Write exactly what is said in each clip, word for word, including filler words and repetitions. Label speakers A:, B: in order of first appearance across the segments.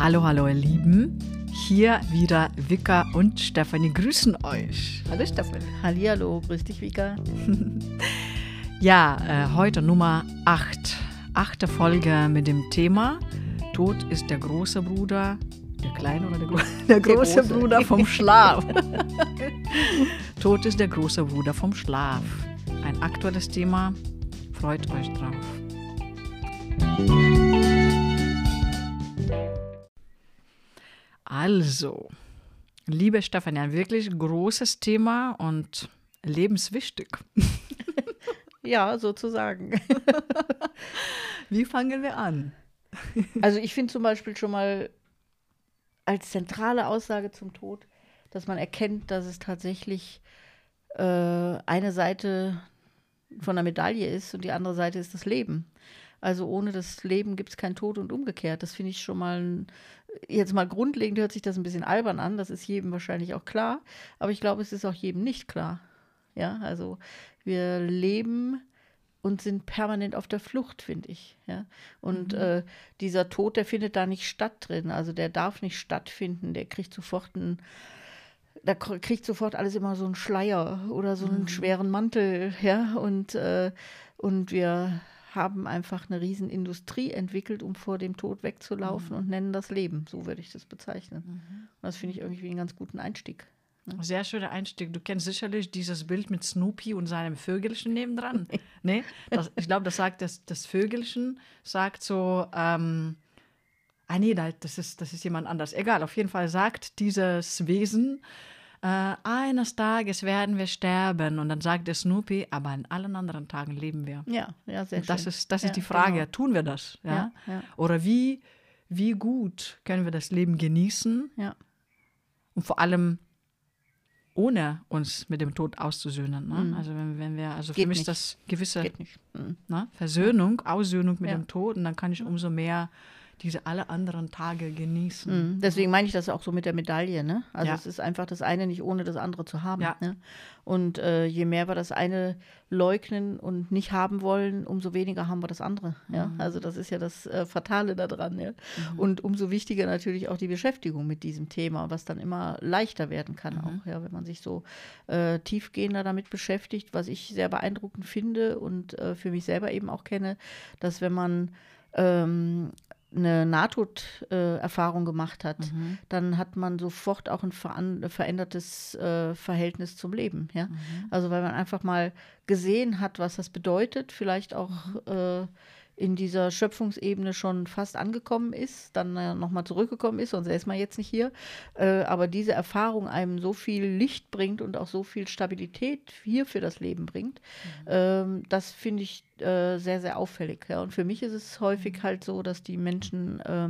A: Hallo, hallo ihr Lieben, hier wieder Vika und Stefanie grüßen euch. Hallo Stefanie.
B: Hallihallo, grüß dich Vika.
A: Ja, äh, heute Nummer acht, achte Folge mit dem Thema Tod ist der große Bruder, der kleine oder der, Gro der, große, der große Bruder vom Schlaf. Tod ist der große Bruder vom Schlaf. Ein aktuelles Thema, freut euch drauf. Also, liebe Stefanie, ein wirklich großes Thema und lebenswichtig.
B: Ja, sozusagen.
A: Wie fangen wir an?
B: Also ich finde zum Beispiel schon mal als zentrale Aussage zum Tod, dass man erkennt, dass es tatsächlich äh, eine Seite von der Medaille ist und die andere Seite ist das Leben. Also ohne das Leben gibt es keinen Tod und umgekehrt. Das finde ich schon mal, ein, jetzt mal grundlegend hört sich das ein bisschen albern an, das ist jedem wahrscheinlich auch klar, aber ich glaube, es ist auch jedem nicht klar. Ja, also wir leben und sind permanent auf der Flucht, finde ich. Ja? Und mhm. äh, dieser Tod, der findet da nicht statt drin, also der darf nicht stattfinden, der kriegt sofort einen, da kriegt sofort alles immer so einen Schleier oder so einen mhm. schweren Mantel, ja, und, äh, und wir haben einfach eine riesen Industrie entwickelt, um vor dem Tod wegzulaufen mhm. und nennen das Leben. So würde ich das bezeichnen. Mhm. Und das finde ich irgendwie einen ganz guten Einstieg.
A: Ne? Sehr schöner Einstieg. Du kennst sicherlich dieses Bild mit Snoopy und seinem Vögelchen nebendran. Nee? Das, ich glaube, das sagt das, das Vögelchen, sagt so, ähm, ah nee, das ist, das ist jemand anders. Egal, auf jeden Fall sagt dieses Wesen, Äh, eines Tages werden wir sterben. Und dann sagt der Snoopy, aber an allen anderen Tagen leben wir.
B: Ja, ja, sehr
A: und das
B: schön.
A: Ist, das
B: ja,
A: ist die Frage,
B: genau.
A: Tun wir das? Ja?
B: Ja, ja.
A: Oder wie, wie gut können wir das Leben genießen?
B: Ja.
A: Und vor allem ohne uns mit dem Tod auszusöhnen. Ne?
B: Mhm.
A: Also wenn, wenn wir, also
B: Geht
A: für mich
B: nicht.
A: ist das gewisse
B: Geht nicht. Mhm.
A: ne? Versöhnung, ja. Aussöhnung mit
B: ja.
A: dem Tod. Und dann kann ich umso mehr diese alle anderen Tage genießen.
B: Mhm. Deswegen meine ich das auch so mit der Medaille. Ne? Also
A: ja.
B: es ist einfach das eine nicht ohne das andere zu haben.
A: Ja.
B: Ne? Und äh, je mehr wir das eine leugnen und nicht haben wollen, umso weniger haben wir das andere. Mhm. Ja? Also das ist ja das äh, Fatale daran. Ja? Mhm. Und umso wichtiger natürlich auch die Beschäftigung mit diesem Thema, was dann immer leichter werden kann mhm. auch, ja? Wenn man sich so äh, tiefgehender damit beschäftigt, was ich sehr beeindruckend finde und äh, für mich selber eben auch kenne, dass wenn man ähm, eine Nahtoderfahrung äh, gemacht hat, mhm. dann hat man sofort auch ein ver verändertes äh, Verhältnis zum Leben. Ja? Mhm. Also weil man einfach mal gesehen hat, was das bedeutet, vielleicht auch mhm. äh, in dieser Schöpfungsebene schon fast angekommen ist, dann äh, nochmal zurückgekommen ist, sonst ist man jetzt nicht hier. Äh, aber diese Erfahrung einem so viel Licht bringt und auch so viel Stabilität hier für das Leben bringt, mhm. ähm, das finde ich äh, sehr, sehr auffällig. Ja. Und für mich ist es häufig mhm. halt so, dass die Menschen äh,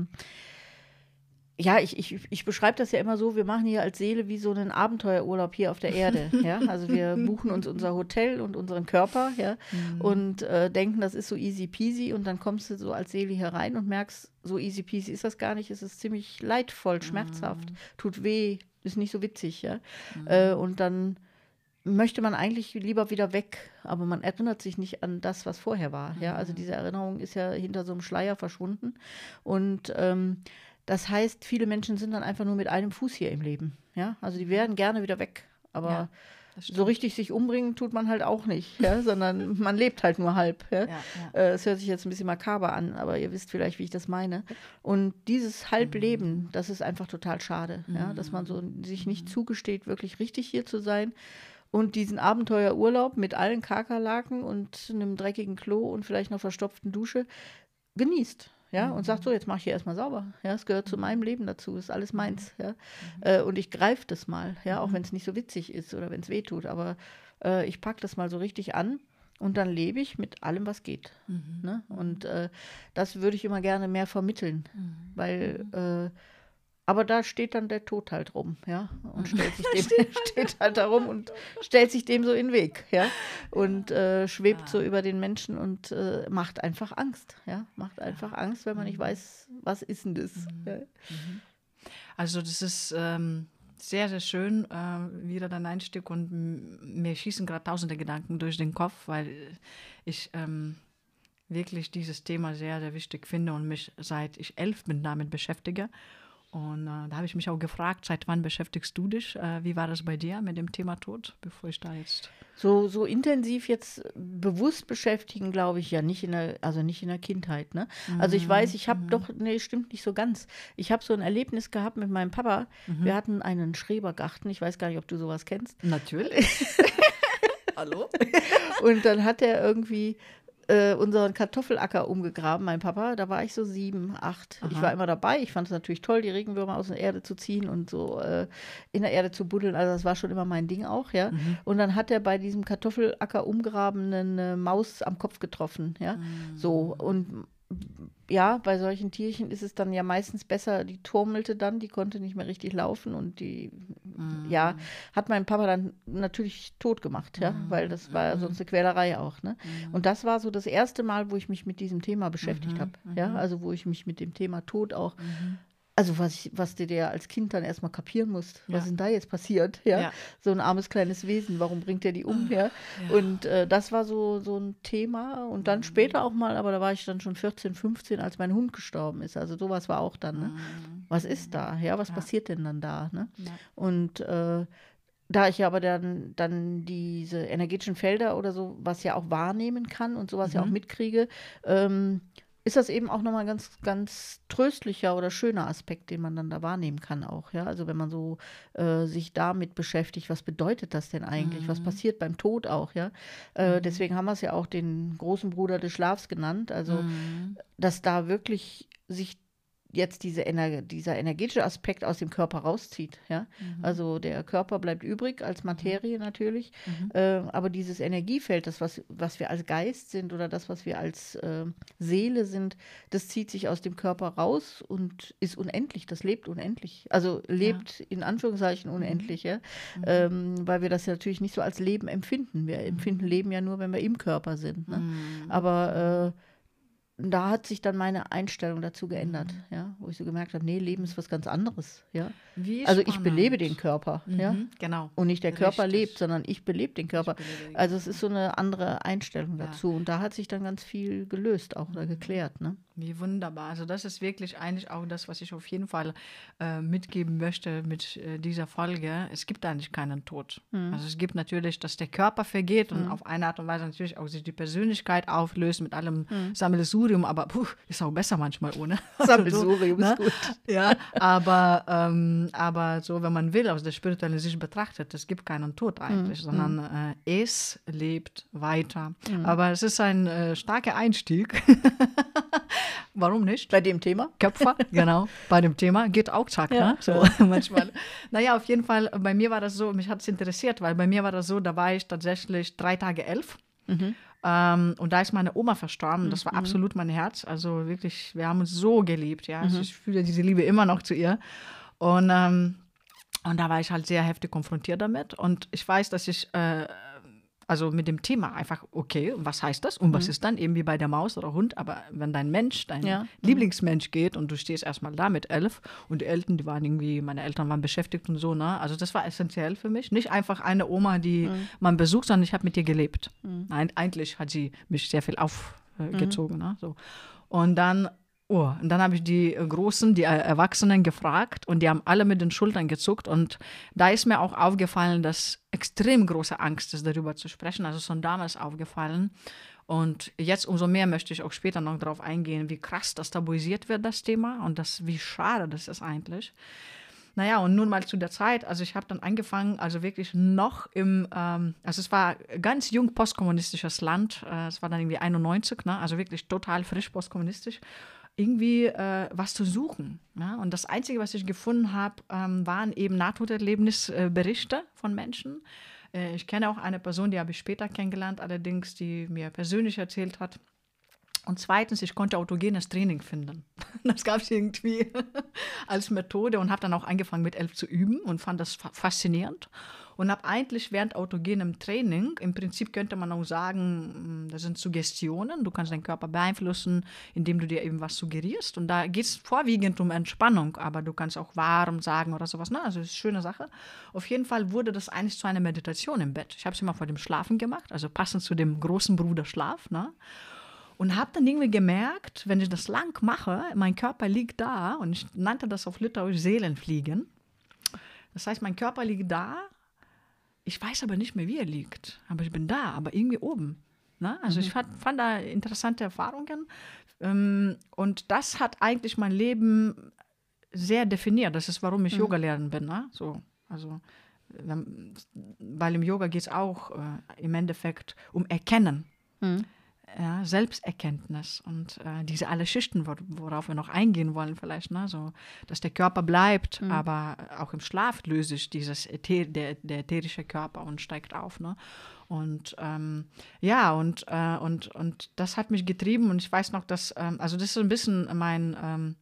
B: ja, ich, ich, ich beschreibe das ja immer so, wir machen hier als Seele wie so einen Abenteuerurlaub hier auf der Erde. Ja? Also wir buchen uns unser Hotel und unseren Körper, ja? mhm. und äh, denken, das ist so easy peasy, und dann kommst du so als Seele hier rein und merkst, so easy peasy ist das gar nicht, es ist ziemlich leidvoll, schmerzhaft, mhm. tut weh, ist nicht so witzig. Ja? Mhm. Äh, und dann möchte man eigentlich lieber wieder weg, aber man erinnert sich nicht an das, was vorher war. Mhm. Ja? Also diese Erinnerung ist ja hinter so einem Schleier verschwunden, und ähm, das heißt, viele Menschen sind dann einfach nur mit einem Fuß hier im Leben. Ja? Also die wären gerne wieder weg. Aber ja, so richtig sich umbringen tut man halt auch nicht, ja? Sondern man lebt halt nur halb. Ja? Ja, ja. Äh, es hört sich jetzt ein bisschen makaber an, aber ihr wisst vielleicht, wie ich das meine. Und dieses Halbleben, mhm. das ist einfach total schade, mhm. ja? Dass man so sich nicht zugesteht, wirklich richtig hier zu sein. Und diesen Abenteuerurlaub mit allen Kakerlaken und einem dreckigen Klo und vielleicht noch verstopften Dusche genießt. Ja, mhm. und sagt so, jetzt mache ich hier erstmal sauber. Ja, es gehört mhm. zu meinem Leben dazu, ist alles meins. Ja. Mhm. Äh, und ich greife das mal, ja, auch mhm. wenn es nicht so witzig ist oder wenn es weh tut. Aber äh, ich packe das mal so richtig an und dann lebe ich mit allem, was geht. Mhm. Ne? Und äh, das würde ich immer gerne mehr vermitteln, mhm. weil äh, aber da steht dann der Tod halt rum, ja, und stellt sich dem, steht halt da rum und stellt sich dem so in den Weg, ja, und äh, schwebt ja. so über den Menschen und äh, macht einfach Angst, ja, macht einfach ja. Angst, wenn man nicht weiß, was ist denn das. Mhm. Ja.
A: Also das ist ähm, sehr, sehr schön, äh, wieder dein Einstieg, und mir schießen gerade tausende Gedanken durch den Kopf, weil ich ähm, wirklich dieses Thema sehr, sehr wichtig finde und mich seit ich elf bin damit beschäftige. Und äh, da habe ich mich auch gefragt, seit wann beschäftigst du dich? Äh, wie war das bei dir mit dem Thema Tod, bevor ich da jetzt...
B: So, so intensiv jetzt bewusst beschäftigen, glaube ich, ja nicht in der, also nicht in der Kindheit. Ne? Mhm. Also ich weiß, ich habe mhm. doch, nee, stimmt nicht so ganz. Ich habe so ein Erlebnis gehabt mit meinem Papa. Mhm. Wir hatten einen Schrebergarten. Ich weiß gar nicht, ob du sowas kennst.
A: Natürlich. Hallo?
B: Und dann hat er irgendwie äh, unseren Kartoffelacker umgegraben, mein Papa. Da war ich so sieben, acht. Aha. Ich war immer dabei. Ich fand es natürlich toll, die Regenwürmer aus der Erde zu ziehen und so äh, in der Erde zu buddeln. Also das war schon immer mein Ding auch, ja. Mhm. Und dann hat er bei diesem Kartoffelacker umgrabenen eine Maus am Kopf getroffen, ja. Mhm. So, und ja, bei solchen Tierchen ist es dann ja meistens besser, die turmelte dann, die konnte nicht mehr richtig laufen und die, mm. ja, hat mein Papa dann natürlich tot gemacht, ja, mm. weil das war mm. sonst eine Quälerei auch, ne. Mm. Und das war so das erste Mal, wo ich mich mit diesem Thema beschäftigt mm-hmm, habe, mm-hmm. ja, also wo ich mich mit dem Thema Tod auch, mm-hmm. also was, ich, was du dir als Kind dann erstmal kapieren musst, ja. was ist denn da jetzt passiert, ja? ja, so ein armes kleines Wesen, warum bringt der die um, ja, ja. und äh, das war so, so ein Thema und dann mhm. später auch mal, aber da war ich dann schon vierzehn, fünfzehn, als mein Hund gestorben ist, also sowas war auch dann, ne? Mhm. Was ist da, ja, was ja. passiert denn dann da, ne? Ja. Und äh, da ich aber dann, dann diese energetischen Felder oder so, was ja auch wahrnehmen kann und sowas mhm. ja auch mitkriege, ähm, ist das eben auch nochmal ein ganz, ganz tröstlicher oder schöner Aspekt, den man dann da wahrnehmen kann auch, ja, also wenn man so äh, sich damit beschäftigt, was bedeutet das denn eigentlich, mhm. was passiert beim Tod auch, ja, äh, mhm. deswegen haben wir es ja auch den großen Bruder des Schlafs genannt, also mhm. dass da wirklich sich jetzt diese Ener- dieser energetische Aspekt aus dem Körper rauszieht. Ja? Mhm. Also der Körper bleibt übrig als Materie mhm. natürlich, mhm. Äh, aber dieses Energiefeld, das, was, was wir als Geist sind oder das, was wir als äh, Seele sind, das zieht sich aus dem Körper raus und ist unendlich, das lebt unendlich. Also lebt ja. in Anführungszeichen unendlich, mhm. ja? mhm. ähm, weil wir das ja natürlich nicht so als Leben empfinden. Wir mhm. empfinden Leben ja nur, wenn wir im Körper sind. Ne? Mhm. Aber äh, da hat sich dann meine Einstellung dazu geändert, mhm. ja, wo ich so gemerkt habe, nee, Leben ist was ganz anderes, ja.
A: Wie
B: also
A: spannend.
B: Ich belebe den Körper,
A: mhm,
B: ja.
A: Genau.
B: Und nicht der
A: Richtig.
B: Körper lebt, sondern ich belebe den Körper.
A: Belebe den
B: also es ist so eine andere Einstellung
A: ja.
B: dazu. Und da hat sich dann ganz viel gelöst auch oder geklärt, ne.
A: Wie wunderbar. Also das ist wirklich eigentlich auch das, was ich auf jeden Fall äh, mitgeben möchte mit äh, dieser Folge. Es gibt eigentlich keinen Tod. Mhm. Also es gibt natürlich, dass der Körper vergeht und mhm. auf eine Art und Weise natürlich auch sich die Persönlichkeit auflöst mit allem mhm. Sammelsurium, aber puh, ist auch besser manchmal ohne.
B: Sammelsurium
A: so,
B: ist
A: ne?
B: gut.
A: Ja, aber, ähm, aber so, wenn man will, aus der spirituellen Sicht betrachtet, es gibt keinen Tod eigentlich, mhm. sondern äh, es lebt weiter. Mhm. Aber es ist ein äh, starker Einstieg. Warum nicht?
B: Bei dem Thema?
A: Köpfer, genau. Bei dem Thema geht auch zack, ja. ne? So ja. manchmal. Naja, auf jeden Fall, bei mir war das so, mich hat es interessiert, weil bei mir war das so, da war ich tatsächlich drei Tage elf. Mhm. Ähm, und da ist meine Oma verstorben. Das war mhm. absolut mein Herz. Also wirklich, wir haben uns so geliebt, ja. Mhm. Also ich fühle diese Liebe immer noch zu ihr. Und, ähm, und da war ich halt sehr heftig konfrontiert damit. Und ich weiß, dass ich äh, also mit dem Thema einfach, okay, was heißt das? Und was mhm. ist dann? Eben wie bei der Maus oder Hund. Aber wenn dein Mensch, dein ja. Lieblingsmensch geht und du stehst erstmal da mit elf und die Eltern, die waren irgendwie, meine Eltern waren beschäftigt und so, ne? Also das war essentiell für mich. Nicht einfach eine Oma, die mhm. man besucht, sondern ich habe mit ihr gelebt. Mhm. Nein, eigentlich hat sie mich sehr viel aufgezogen, äh, mhm. ne? So. Und dann Oh, und dann habe ich die Großen, die Erwachsenen gefragt und die haben alle mit den Schultern gezuckt und da ist mir auch aufgefallen, dass extrem große Angst ist, darüber zu sprechen, also schon damals aufgefallen und jetzt umso mehr möchte ich auch später noch darauf eingehen, wie krass das tabuisiert wird, das Thema und das, wie schade das ist eigentlich. Naja, und nun mal zu der Zeit, also ich habe dann angefangen, also wirklich noch im, ähm, also es war ganz jung postkommunistisches Land, äh, es war dann irgendwie einundneunzig, ne? Also wirklich total frisch postkommunistisch, irgendwie äh, was zu suchen. Ja? Und das Einzige, was ich gefunden habe, ähm, waren eben Nahtoderlebnisberichte äh, von Menschen. Äh, ich kenne auch eine Person, die habe ich später kennengelernt, allerdings, die mir persönlich erzählt hat. Und zweitens, ich konnte autogenes Training finden. Das gab es irgendwie als Methode und habe dann auch angefangen mit elf zu üben und fand das fa- faszinierend. Und habe eigentlich während autogenem Training, im Prinzip könnte man auch sagen, das sind Suggestionen, du kannst deinen Körper beeinflussen, indem du dir eben was suggerierst. Und da geht es vorwiegend um Entspannung, aber du kannst auch warm sagen oder sowas. Na, also das ist eine schöne Sache. Auf jeden Fall wurde das eigentlich zu einer Meditation im Bett. Ich habe es immer vor dem Schlafen gemacht, also passend zu dem großen Bruder Schlaf, ne? Und habe dann irgendwie gemerkt, wenn ich das lang mache, mein Körper liegt da und ich nannte das auf Litauisch Seelenfliegen. Das heißt, mein Körper liegt da, ich weiß aber nicht mehr, wie er liegt, aber ich bin da, aber irgendwie oben. Ne? Also mhm. ich fand, fand da interessante Erfahrungen ähm, und das hat eigentlich mein Leben sehr definiert. Das ist, warum ich mhm. Yoga-Lehrerin bin. Ne? So, also, weil im Yoga geht es auch äh, im Endeffekt um Erkennen. Mhm. Ja, Selbsterkenntnis und äh, diese alle Schichten, wor worauf wir noch eingehen wollen vielleicht, ne? So, dass der Körper bleibt, mhm. aber auch im Schlaf löst sich dieses Äther, der, der ätherische Körper und steigt auf. Ne? Und ähm, ja, und, äh, und, und das hat mich getrieben und ich weiß noch, dass, ähm, also das ist so ein bisschen mein, ähm,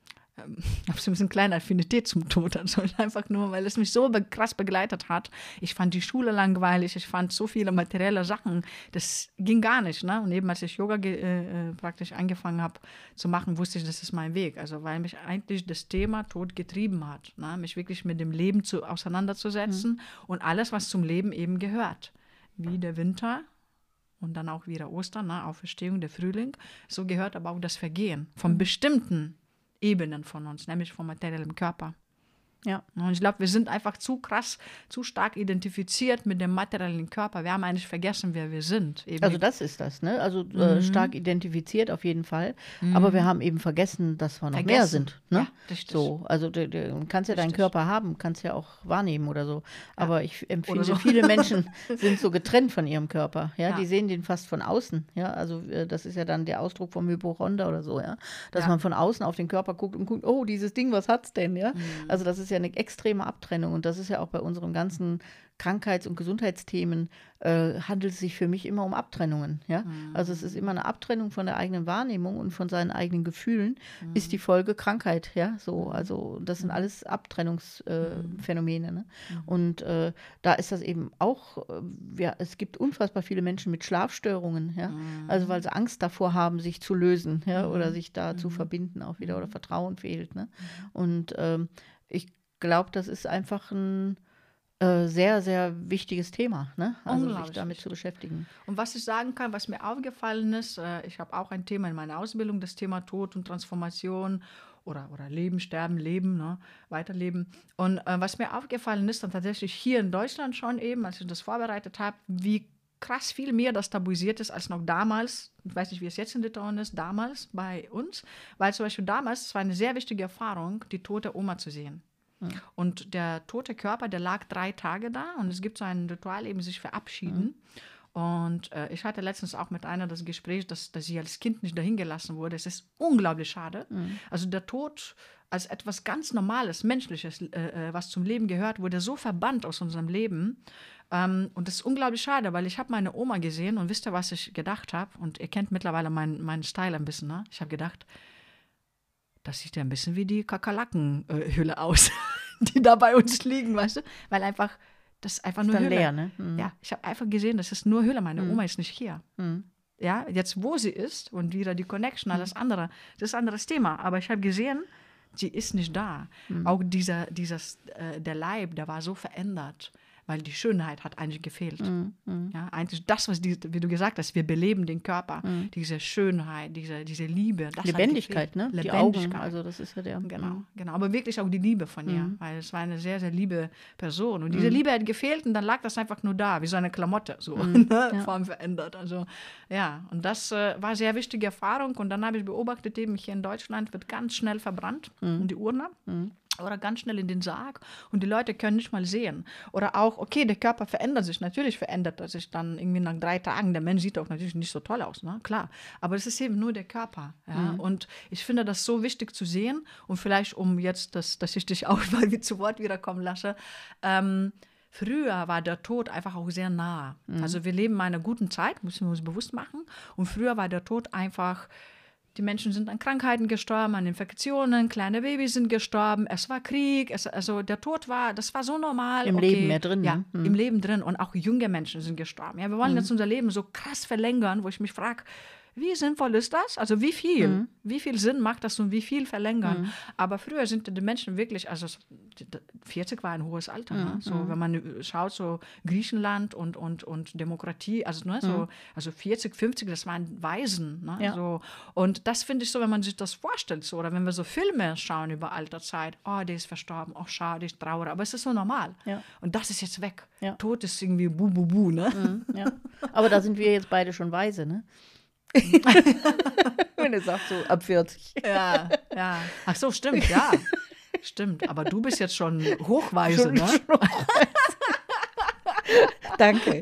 A: ich habe so ein bisschen kleine Affinität zum Tod, also einfach nur, weil es mich so be krass begleitet hat. Ich fand die Schule langweilig, ich fand so viele materielle Sachen, das ging gar nicht. Ne? Und eben als ich Yoga äh, praktisch angefangen habe zu machen, wusste ich, das ist mein Weg. Also weil mich eigentlich das Thema Tod getrieben hat, ne? Mich wirklich mit dem Leben zu, auseinanderzusetzen mhm. und alles, was zum Leben eben gehört. Wie der Winter und dann auch wieder Ostern, ne? Auferstehung, der Frühling. So gehört aber auch das Vergehen von mhm. bestimmten Ebenen von uns, nämlich vom materiellen Körper. Ja. Und ich glaube, wir sind einfach zu krass, zu stark identifiziert mit dem materiellen Körper. Wir haben eigentlich vergessen, wer wir sind. Eben
B: also das ist das, ne? Also mhm. äh, stark identifiziert auf jeden Fall. Mhm. Aber wir haben eben vergessen, dass wir noch vergessen. mehr sind. Ne? Ja, richtig. So, also du, du kannst ja richtig. deinen Körper haben, kannst ja auch wahrnehmen oder so. Ja. Aber ich empfinde, so. viele Menschen sind so getrennt von ihrem Körper. Ja? ja, die sehen den fast von außen. Ja, also äh, das ist ja dann der Ausdruck vom Hypochonder oder so, ja, dass ja. man von außen auf den Körper guckt und guckt, oh, dieses Ding, was hat's denn, ja? Mhm. Also das ist ja eine extreme Abtrennung und das ist ja auch bei unseren ganzen Krankheits- und Gesundheitsthemen äh, handelt es sich für mich immer um Abtrennungen. Ja? Mhm. Also es ist immer eine Abtrennung von der eigenen Wahrnehmung und von seinen eigenen Gefühlen, mhm. ist die Folge Krankheit. Ja? So, also das sind alles Abtrennungsphänomene. Äh, ne? mhm. Und äh, da ist das eben auch, äh, ja, es gibt unfassbar viele Menschen mit Schlafstörungen, ja? mhm. also weil sie Angst davor haben, sich zu lösen ja? mhm. oder sich da mhm. zu verbinden auch wieder oder Vertrauen fehlt. Ne? Mhm. Und ähm, ich glaube, das ist einfach ein äh, sehr, sehr wichtiges Thema, ne? Also sich damit wichtig. zu beschäftigen.
A: Und was ich sagen kann, was mir aufgefallen ist, äh, ich habe auch ein Thema in meiner Ausbildung, das Thema Tod und Transformation oder, oder Leben, Sterben, Leben, ne? Weiterleben. Und äh, was mir aufgefallen ist, dann tatsächlich hier in Deutschland schon eben, als ich das vorbereitet habe, wie krass viel mehr das tabuisiert ist als noch damals, ich weiß nicht, wie es jetzt in Litauen ist, damals bei uns, weil zum Beispiel damals, es war eine sehr wichtige Erfahrung, die tote Oma zu sehen. Und der tote Körper, der lag drei Tage da und es gibt so ein Ritual, eben sich verabschieden. Mhm. Und äh, ich hatte letztens auch mit einer das Gespräch, dass, dass sie als Kind nicht dahin gelassen wurde. Es ist unglaublich schade. Mhm. Also der Tod als etwas ganz Normales, Menschliches, äh, was zum Leben gehört, wurde so verbannt aus unserem Leben. Ähm, und das ist unglaublich schade, weil ich habe meine Oma gesehen und wisst ihr, was ich gedacht habe? Und ihr kennt mittlerweile meinen mein Style ein bisschen, ne? Ich habe gedacht, das sieht ja ein bisschen wie die Kakerlakenhülle äh, aus, die da bei uns liegen, weißt du? Weil einfach, das ist einfach ist nur dann Hülle. Leer, ne? Mhm. Ja, ich habe einfach gesehen, das ist nur Hülle. Meine mhm. Oma ist nicht hier. Mhm. Ja, jetzt wo sie ist und wieder die Connection, alles mhm. andere, das ist ein anderes Thema. Aber ich habe gesehen, sie ist nicht da. Mhm. Auch dieser, dieses, äh, der Leib, der war so verändert. Weil die Schönheit hat eigentlich gefehlt. Mm, mm. Ja, eigentlich das, was die, wie du gesagt hast, wir beleben den Körper, mm. diese Schönheit, diese, diese Liebe. Das
B: Lebendigkeit, ne?
A: Lebendigkeit.
B: Die Augen, also das ist ja der.
A: Genau, mm. genau, aber wirklich auch die Liebe von ihr, mm. weil es war eine sehr, sehr liebe Person. Und diese mm. Liebe hat gefehlt und dann lag das einfach nur da, wie so eine Klamotte, so mm. ne? ja. Form verändert. Also ja, und das äh, war eine sehr wichtige Erfahrung. Und dann habe ich beobachtet, eben hier in Deutschland wird ganz schnell verbrannt mm. in die Urne. Mm. Oder ganz schnell in den Sarg und die Leute können nicht mal sehen. Oder auch, okay, der Körper verändert sich, natürlich verändert er sich dann irgendwie nach drei Tagen. Der Mensch sieht auch natürlich nicht so toll aus, ne? Klar. Aber es ist eben nur der Körper. Ja? Mhm. Und ich finde das so wichtig zu sehen und vielleicht, um jetzt, das, dass ich dich auch mal zu Wort wiederkommen lasse, ähm, früher war der Tod einfach auch sehr nah. Mhm. Also wir leben in einer guten Zeit, müssen wir uns bewusst machen. Und früher war der Tod einfach... Die Menschen sind an Krankheiten gestorben, an Infektionen, kleine Babys sind gestorben, es war Krieg, es, also der Tod war, das war so normal.
B: Im okay, Leben mehr drin.
A: Ja,
B: mhm.
A: im Leben drin und auch junge Menschen sind gestorben. Ja, wir wollen mhm. jetzt unser Leben so krass verlängern, wo ich mich frage, wie sinnvoll ist das? Also wie viel?
B: Mhm.
A: Wie viel Sinn macht das und wie viel verlängern?
B: Mhm.
A: Aber früher sind die Menschen wirklich, also vierzig war ein hohes Alter.
B: Mhm.
A: Ne? So, wenn man schaut, so Griechenland und, und, und Demokratie, also, ne, so, also vierzig, fünfzig, das waren Waisen. Ne?
B: Ja.
A: So, und das finde ich so, wenn man sich das vorstellt, so, oder wenn wir so Filme schauen über Alterszeit, oh, der ist verstorben, oh, schade, ich trauere, aber es ist so normal.
B: Ja.
A: Und das ist jetzt weg.
B: Ja.
A: Tod ist irgendwie bu, bu, bu, ne?
B: Mhm, ja. Aber da sind wir jetzt beide schon weise, ne? Wenn du sagst, so ab vierzig.
A: Ja, ja. Ach so, stimmt, ja. Stimmt, aber du bist jetzt schon hochweise,
B: Schon-
A: ne?
B: schon Danke.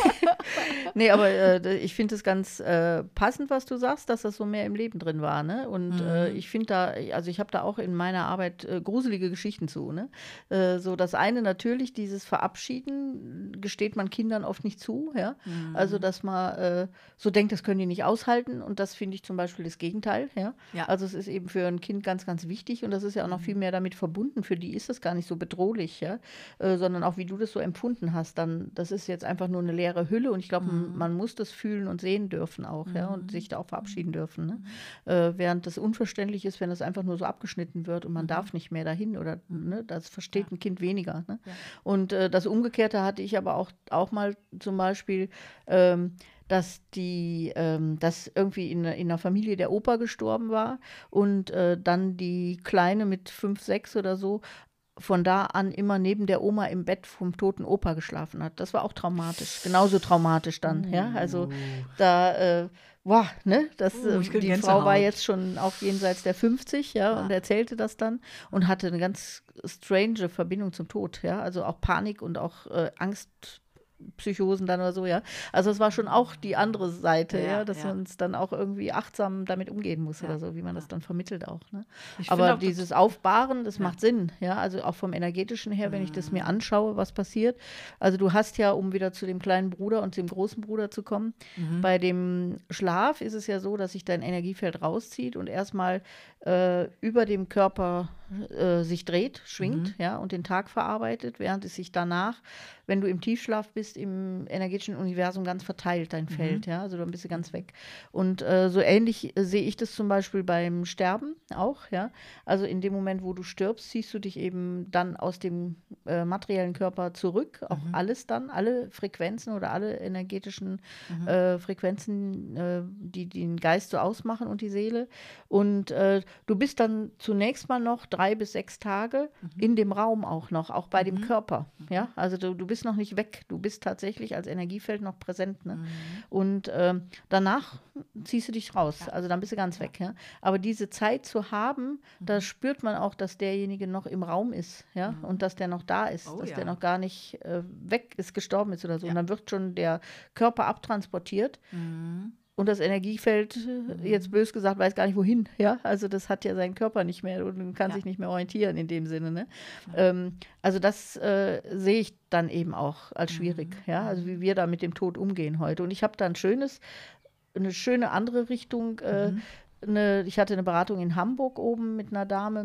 B: Nee, aber äh, ich finde es ganz äh, passend, was du sagst, dass das so mehr im Leben drin war. Ne? Und
A: Mhm.
B: äh, ich finde da, also ich habe da auch in meiner Arbeit äh, gruselige Geschichten zu. Ne? Äh, so das eine natürlich, dieses Verabschieden gesteht man Kindern oft nicht zu. Ja?
A: Mhm.
B: Also, dass man äh, so denkt, das können die nicht aushalten. Und das finde ich zum Beispiel das Gegenteil. Ja?
A: Ja.
B: Also es ist eben für ein Kind ganz, ganz wichtig und das ist ja auch noch viel mehr damit verbunden. Für die ist das gar nicht so bedrohlich, ja? Äh, sondern auch wie du das so empfunden hast. Dann, das ist jetzt einfach nur eine leere Hülle und ich glaube,
A: Mhm.
B: man muss das fühlen und sehen dürfen auch, ja, und sich da auch verabschieden dürfen. Ne?
A: Mhm.
B: Äh, während das unverständlich ist, wenn das einfach nur so abgeschnitten wird und man
A: Mhm.
B: darf nicht mehr dahin oder ne, das versteht
A: Ja.
B: ein Kind weniger. Ne?
A: Ja.
B: Und äh, das Umgekehrte hatte ich aber auch, auch mal zum Beispiel, ähm, dass die, ähm, dass irgendwie in, in einer Familie der Opa gestorben war und äh, dann die Kleine mit fünf, sechs oder so von da an immer neben der Oma im Bett vom toten Opa geschlafen hat. Das war auch traumatisch, genauso traumatisch dann. Ja, also da, äh, wow, ne, das,
A: Uh,
B: äh,
A: ich krieg
B: die Frau war
A: Gänsehaut.
B: jetzt schon auch jenseits der fünfzig, ja,
A: Ja.
B: und erzählte das dann und hatte eine ganz strange Verbindung zum Tod, ja, also auch Panik und auch äh, Angstpsychosen dann oder so, ja. Also es war schon auch die andere Seite, ja,
A: Ja,
B: dass
A: ja.
B: man es dann auch irgendwie achtsam damit umgehen muss
A: Ja,
B: oder so, wie man
A: ja.
B: das dann vermittelt auch, ne.
A: Ich finde
B: Aber
A: auch, das-
B: dieses Aufbahren, das
A: Ja.
B: macht Sinn, ja, also auch vom energetischen her, wenn ich das mir anschaue, was passiert. Also du hast ja, um wieder zu dem kleinen Bruder und dem großen Bruder zu kommen,
A: Mhm.
B: bei dem Schlaf ist es ja so, dass sich dein Energiefeld rauszieht und erstmal äh, über dem Körper äh, sich dreht, schwingt,
A: Mhm.
B: ja, und den Tag verarbeitet, während es sich danach, wenn du im Tiefschlaf bist, im energetischen Universum ganz verteilt, dein Feld, ja, also dann bist du ganz weg. Und äh, so ähnlich äh, sehe ich das zum Beispiel beim Sterben auch, ja. Also in dem Moment, wo du stirbst, ziehst du dich eben dann aus dem äh, materiellen Körper zurück, auch alles dann, alle Frequenzen oder alle energetischen äh, Frequenzen, äh, die den Geist so ausmachen und die Seele. Und äh, du bist dann zunächst mal noch drei bis sechs Tage in dem Raum auch noch, auch bei dem Körper, ja. Also du, du bist noch nicht weg, du bist tatsächlich als Energiefeld noch präsent, ne? Und ähm, danach ziehst du dich raus, also dann bist du ganz weg, ja. Aber diese Zeit zu haben, da spürt man auch, dass derjenige noch im Raum ist, ja, und dass der noch da ist,
A: Oh
B: dass
A: ja.
B: der noch gar nicht äh, weg ist, gestorben ist oder so.
A: Ja.
B: Und dann wird schon der Körper abtransportiert.
A: Mhm.
B: Und das Energiefeld, äh, jetzt bös gesagt, weiß gar nicht wohin. Ja, also das hat ja seinen Körper nicht mehr und kann
A: Ja.
B: sich nicht mehr orientieren in dem Sinne. Ne? Ähm, also das äh, sehe ich dann eben auch als schwierig. Ja, also wie wir da mit dem Tod umgehen heute. Und ich habe da ein schönes, eine schöne andere Richtung. Äh, eine, ich hatte eine Beratung in Hamburg oben mit einer Dame,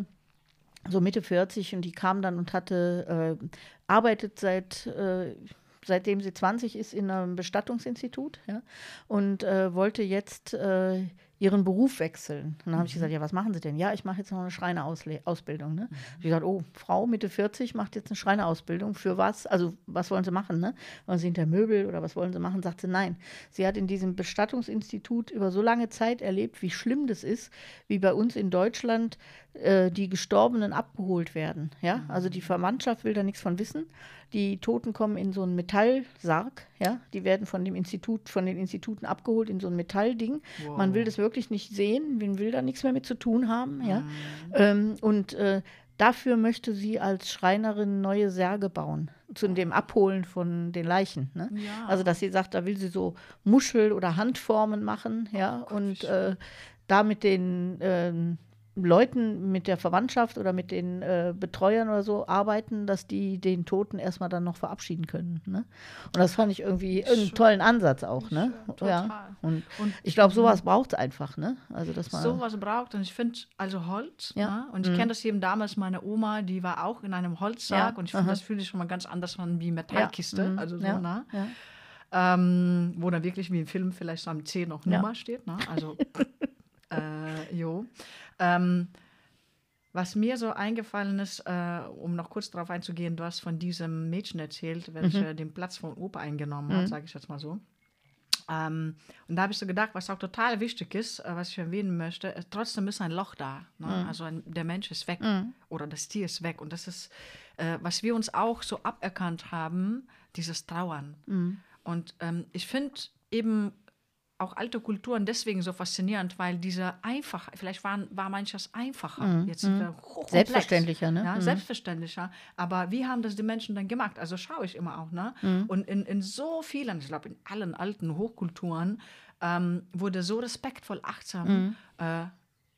B: so Mitte vierzig, und die kam dann und hatte, äh, arbeitet seit äh, seitdem sie zwanzig ist in einem Bestattungsinstitut, ja, und äh, wollte jetzt äh, ihren Beruf wechseln. Und dann habe ich gesagt, ja, was machen Sie denn? Ja, ich mache jetzt noch eine Schreinerausbildung. Ne? Ich gesagt, oh, Frau Mitte vierzig macht jetzt eine Schreinerausbildung. Für was? Also, was wollen Sie machen? Ne? Wollen Sie hinter Möbel oder was wollen Sie machen? Sagt sie, nein. Sie hat in diesem Bestattungsinstitut über so lange Zeit erlebt, wie schlimm das ist, wie bei uns in Deutschland äh, die Gestorbenen abgeholt werden. Ja? Also die Verwandtschaft will da nichts von wissen. Die Toten kommen in so einen Metallsarg, ja, die werden von dem Institut, von den Instituten abgeholt in so ein Metallding.
A: Wow.
B: Man will das wirklich nicht sehen, man will da nichts mehr mit zu tun haben, ja. Ähm, und äh, dafür möchte sie als Schreinerin neue Särge bauen, zu dem Abholen von den Leichen. Ne?
A: Ja.
B: Also, dass sie sagt, da will sie so Muschel- oder Handformen machen, ja,
A: Gott,
B: und
A: wie
B: äh, da mit den ähm, Leuten, mit der Verwandtschaft oder mit den äh, Betreuern oder so arbeiten, dass die den Toten erstmal dann noch verabschieden können. Ne? Und das fand ich irgendwie einen tollen Ansatz auch. Ne?
A: Schön,
B: Ja.
A: total.
B: Und,
A: Und
B: ich glaube, sowas braucht es einfach. Ne? Also, dass man,
A: sowas braucht. Und ich finde, also Holz,
B: Ja.
A: ne? Und ich kenne das eben damals, meine Oma, die war auch in einem Holzsarg
B: Ja,
A: und ich finde,
B: aha.
A: das fühlt sich schon mal ganz anders an wie Metallkiste.
B: mhm,
A: Also so,
B: ja,
A: ne?
B: ja.
A: ähm, wo dann wirklich wie im Film vielleicht so am C noch
B: Ja.
A: Nummer steht. Ne? Also, äh, jo. Ähm, was mir so eingefallen ist, äh, um noch kurz darauf einzugehen, du hast von diesem Mädchen erzählt, welche den Platz von Opa eingenommen hat,
B: Mhm.
A: sage ich jetzt mal so. Ähm, und da habe ich so gedacht, was auch total wichtig ist, äh, was ich erwähnen möchte, äh, trotzdem ist ein Loch da. Ne?
B: Mhm.
A: Also ein, der Mensch ist weg
B: Mhm.
A: oder das Tier ist weg. Und das ist, äh, was wir uns auch so aberkannt haben, dieses Trauern.
B: Mhm.
A: Und ähm, ich finde eben auch alte Kulturen deswegen so faszinierend, weil diese einfach, vielleicht waren, war manches einfacher.
B: Mhm.
A: Jetzt sind
B: Mhm.
A: wir hochkomplex.
B: Selbstverständlicher, ne?
A: Ja,
B: Mhm.
A: selbstverständlicher. Aber wie haben das die Menschen dann gemacht? Also schaue ich immer auch, ne?
B: Mhm.
A: Und in, in so vielen, ich glaube in allen alten Hochkulturen, ähm, wurde so respektvoll, achtsam,
B: Mhm.
A: äh,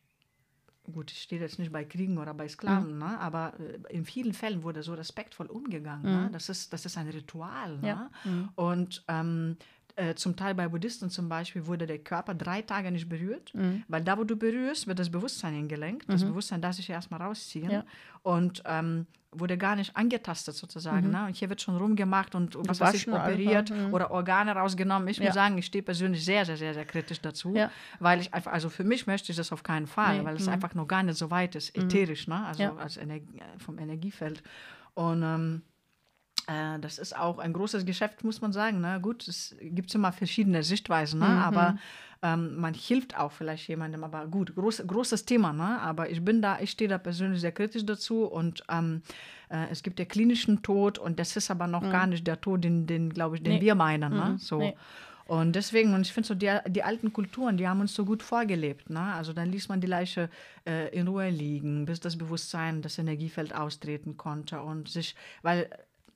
A: gut, ich stehe jetzt nicht bei Kriegen oder bei Sklaven, ne? Aber äh, in vielen Fällen wurde so respektvoll umgegangen. Ne? Das ist, das ist ein Ritual. Ne?
B: Ja. Mhm.
A: Und ähm, äh, zum Teil bei Buddhisten zum Beispiel wurde der Körper drei Tage nicht berührt,
B: Mhm.
A: weil da, wo du berührst, wird das Bewusstsein hingelenkt. Das
B: Mhm.
A: Bewusstsein darf sich erstmal rausziehen
B: Ja.
A: und ähm, wurde gar nicht angetastet sozusagen. Ne? Und hier wird schon rumgemacht und was weiß ich,
B: Gewaschen, alles,
A: operiert
B: mhm.
A: oder Organe rausgenommen. Ich
B: Ja.
A: muss sagen, ich stehe persönlich sehr, sehr, sehr, sehr kritisch dazu,
B: Ja.
A: weil ich einfach, also für mich möchte ich das auf keinen Fall,
B: Nee,
A: weil es
B: mhm.
A: einfach noch gar nicht so weit ist, ätherisch, ne? Also
B: Ja.
A: als Energie, vom Energiefeld. Und ähm, äh, das ist auch ein großes Geschäft, muss man sagen. Ne? Gut, es gibt immer verschiedene Sichtweisen, ne?
B: Mhm.
A: Aber ähm, man hilft auch vielleicht jemandem. Aber gut, groß, großes Thema. Ne? Aber ich bin da, ich stehe da persönlich sehr kritisch dazu. Und ähm, äh, es gibt den klinischen Tod und das ist aber noch
B: Mhm.
A: gar nicht der Tod, den, den glaube ich, den
B: Nee.
A: wir meinen. Ne?
B: Mhm.
A: So.
B: Nee.
A: Und deswegen, und ich finde so, die, die alten Kulturen, die haben uns so gut vorgelebt. Ne? Also dann ließ man die Leiche äh, in Ruhe liegen, bis das Bewusstsein, das Energiefeld austreten konnte und sich, weil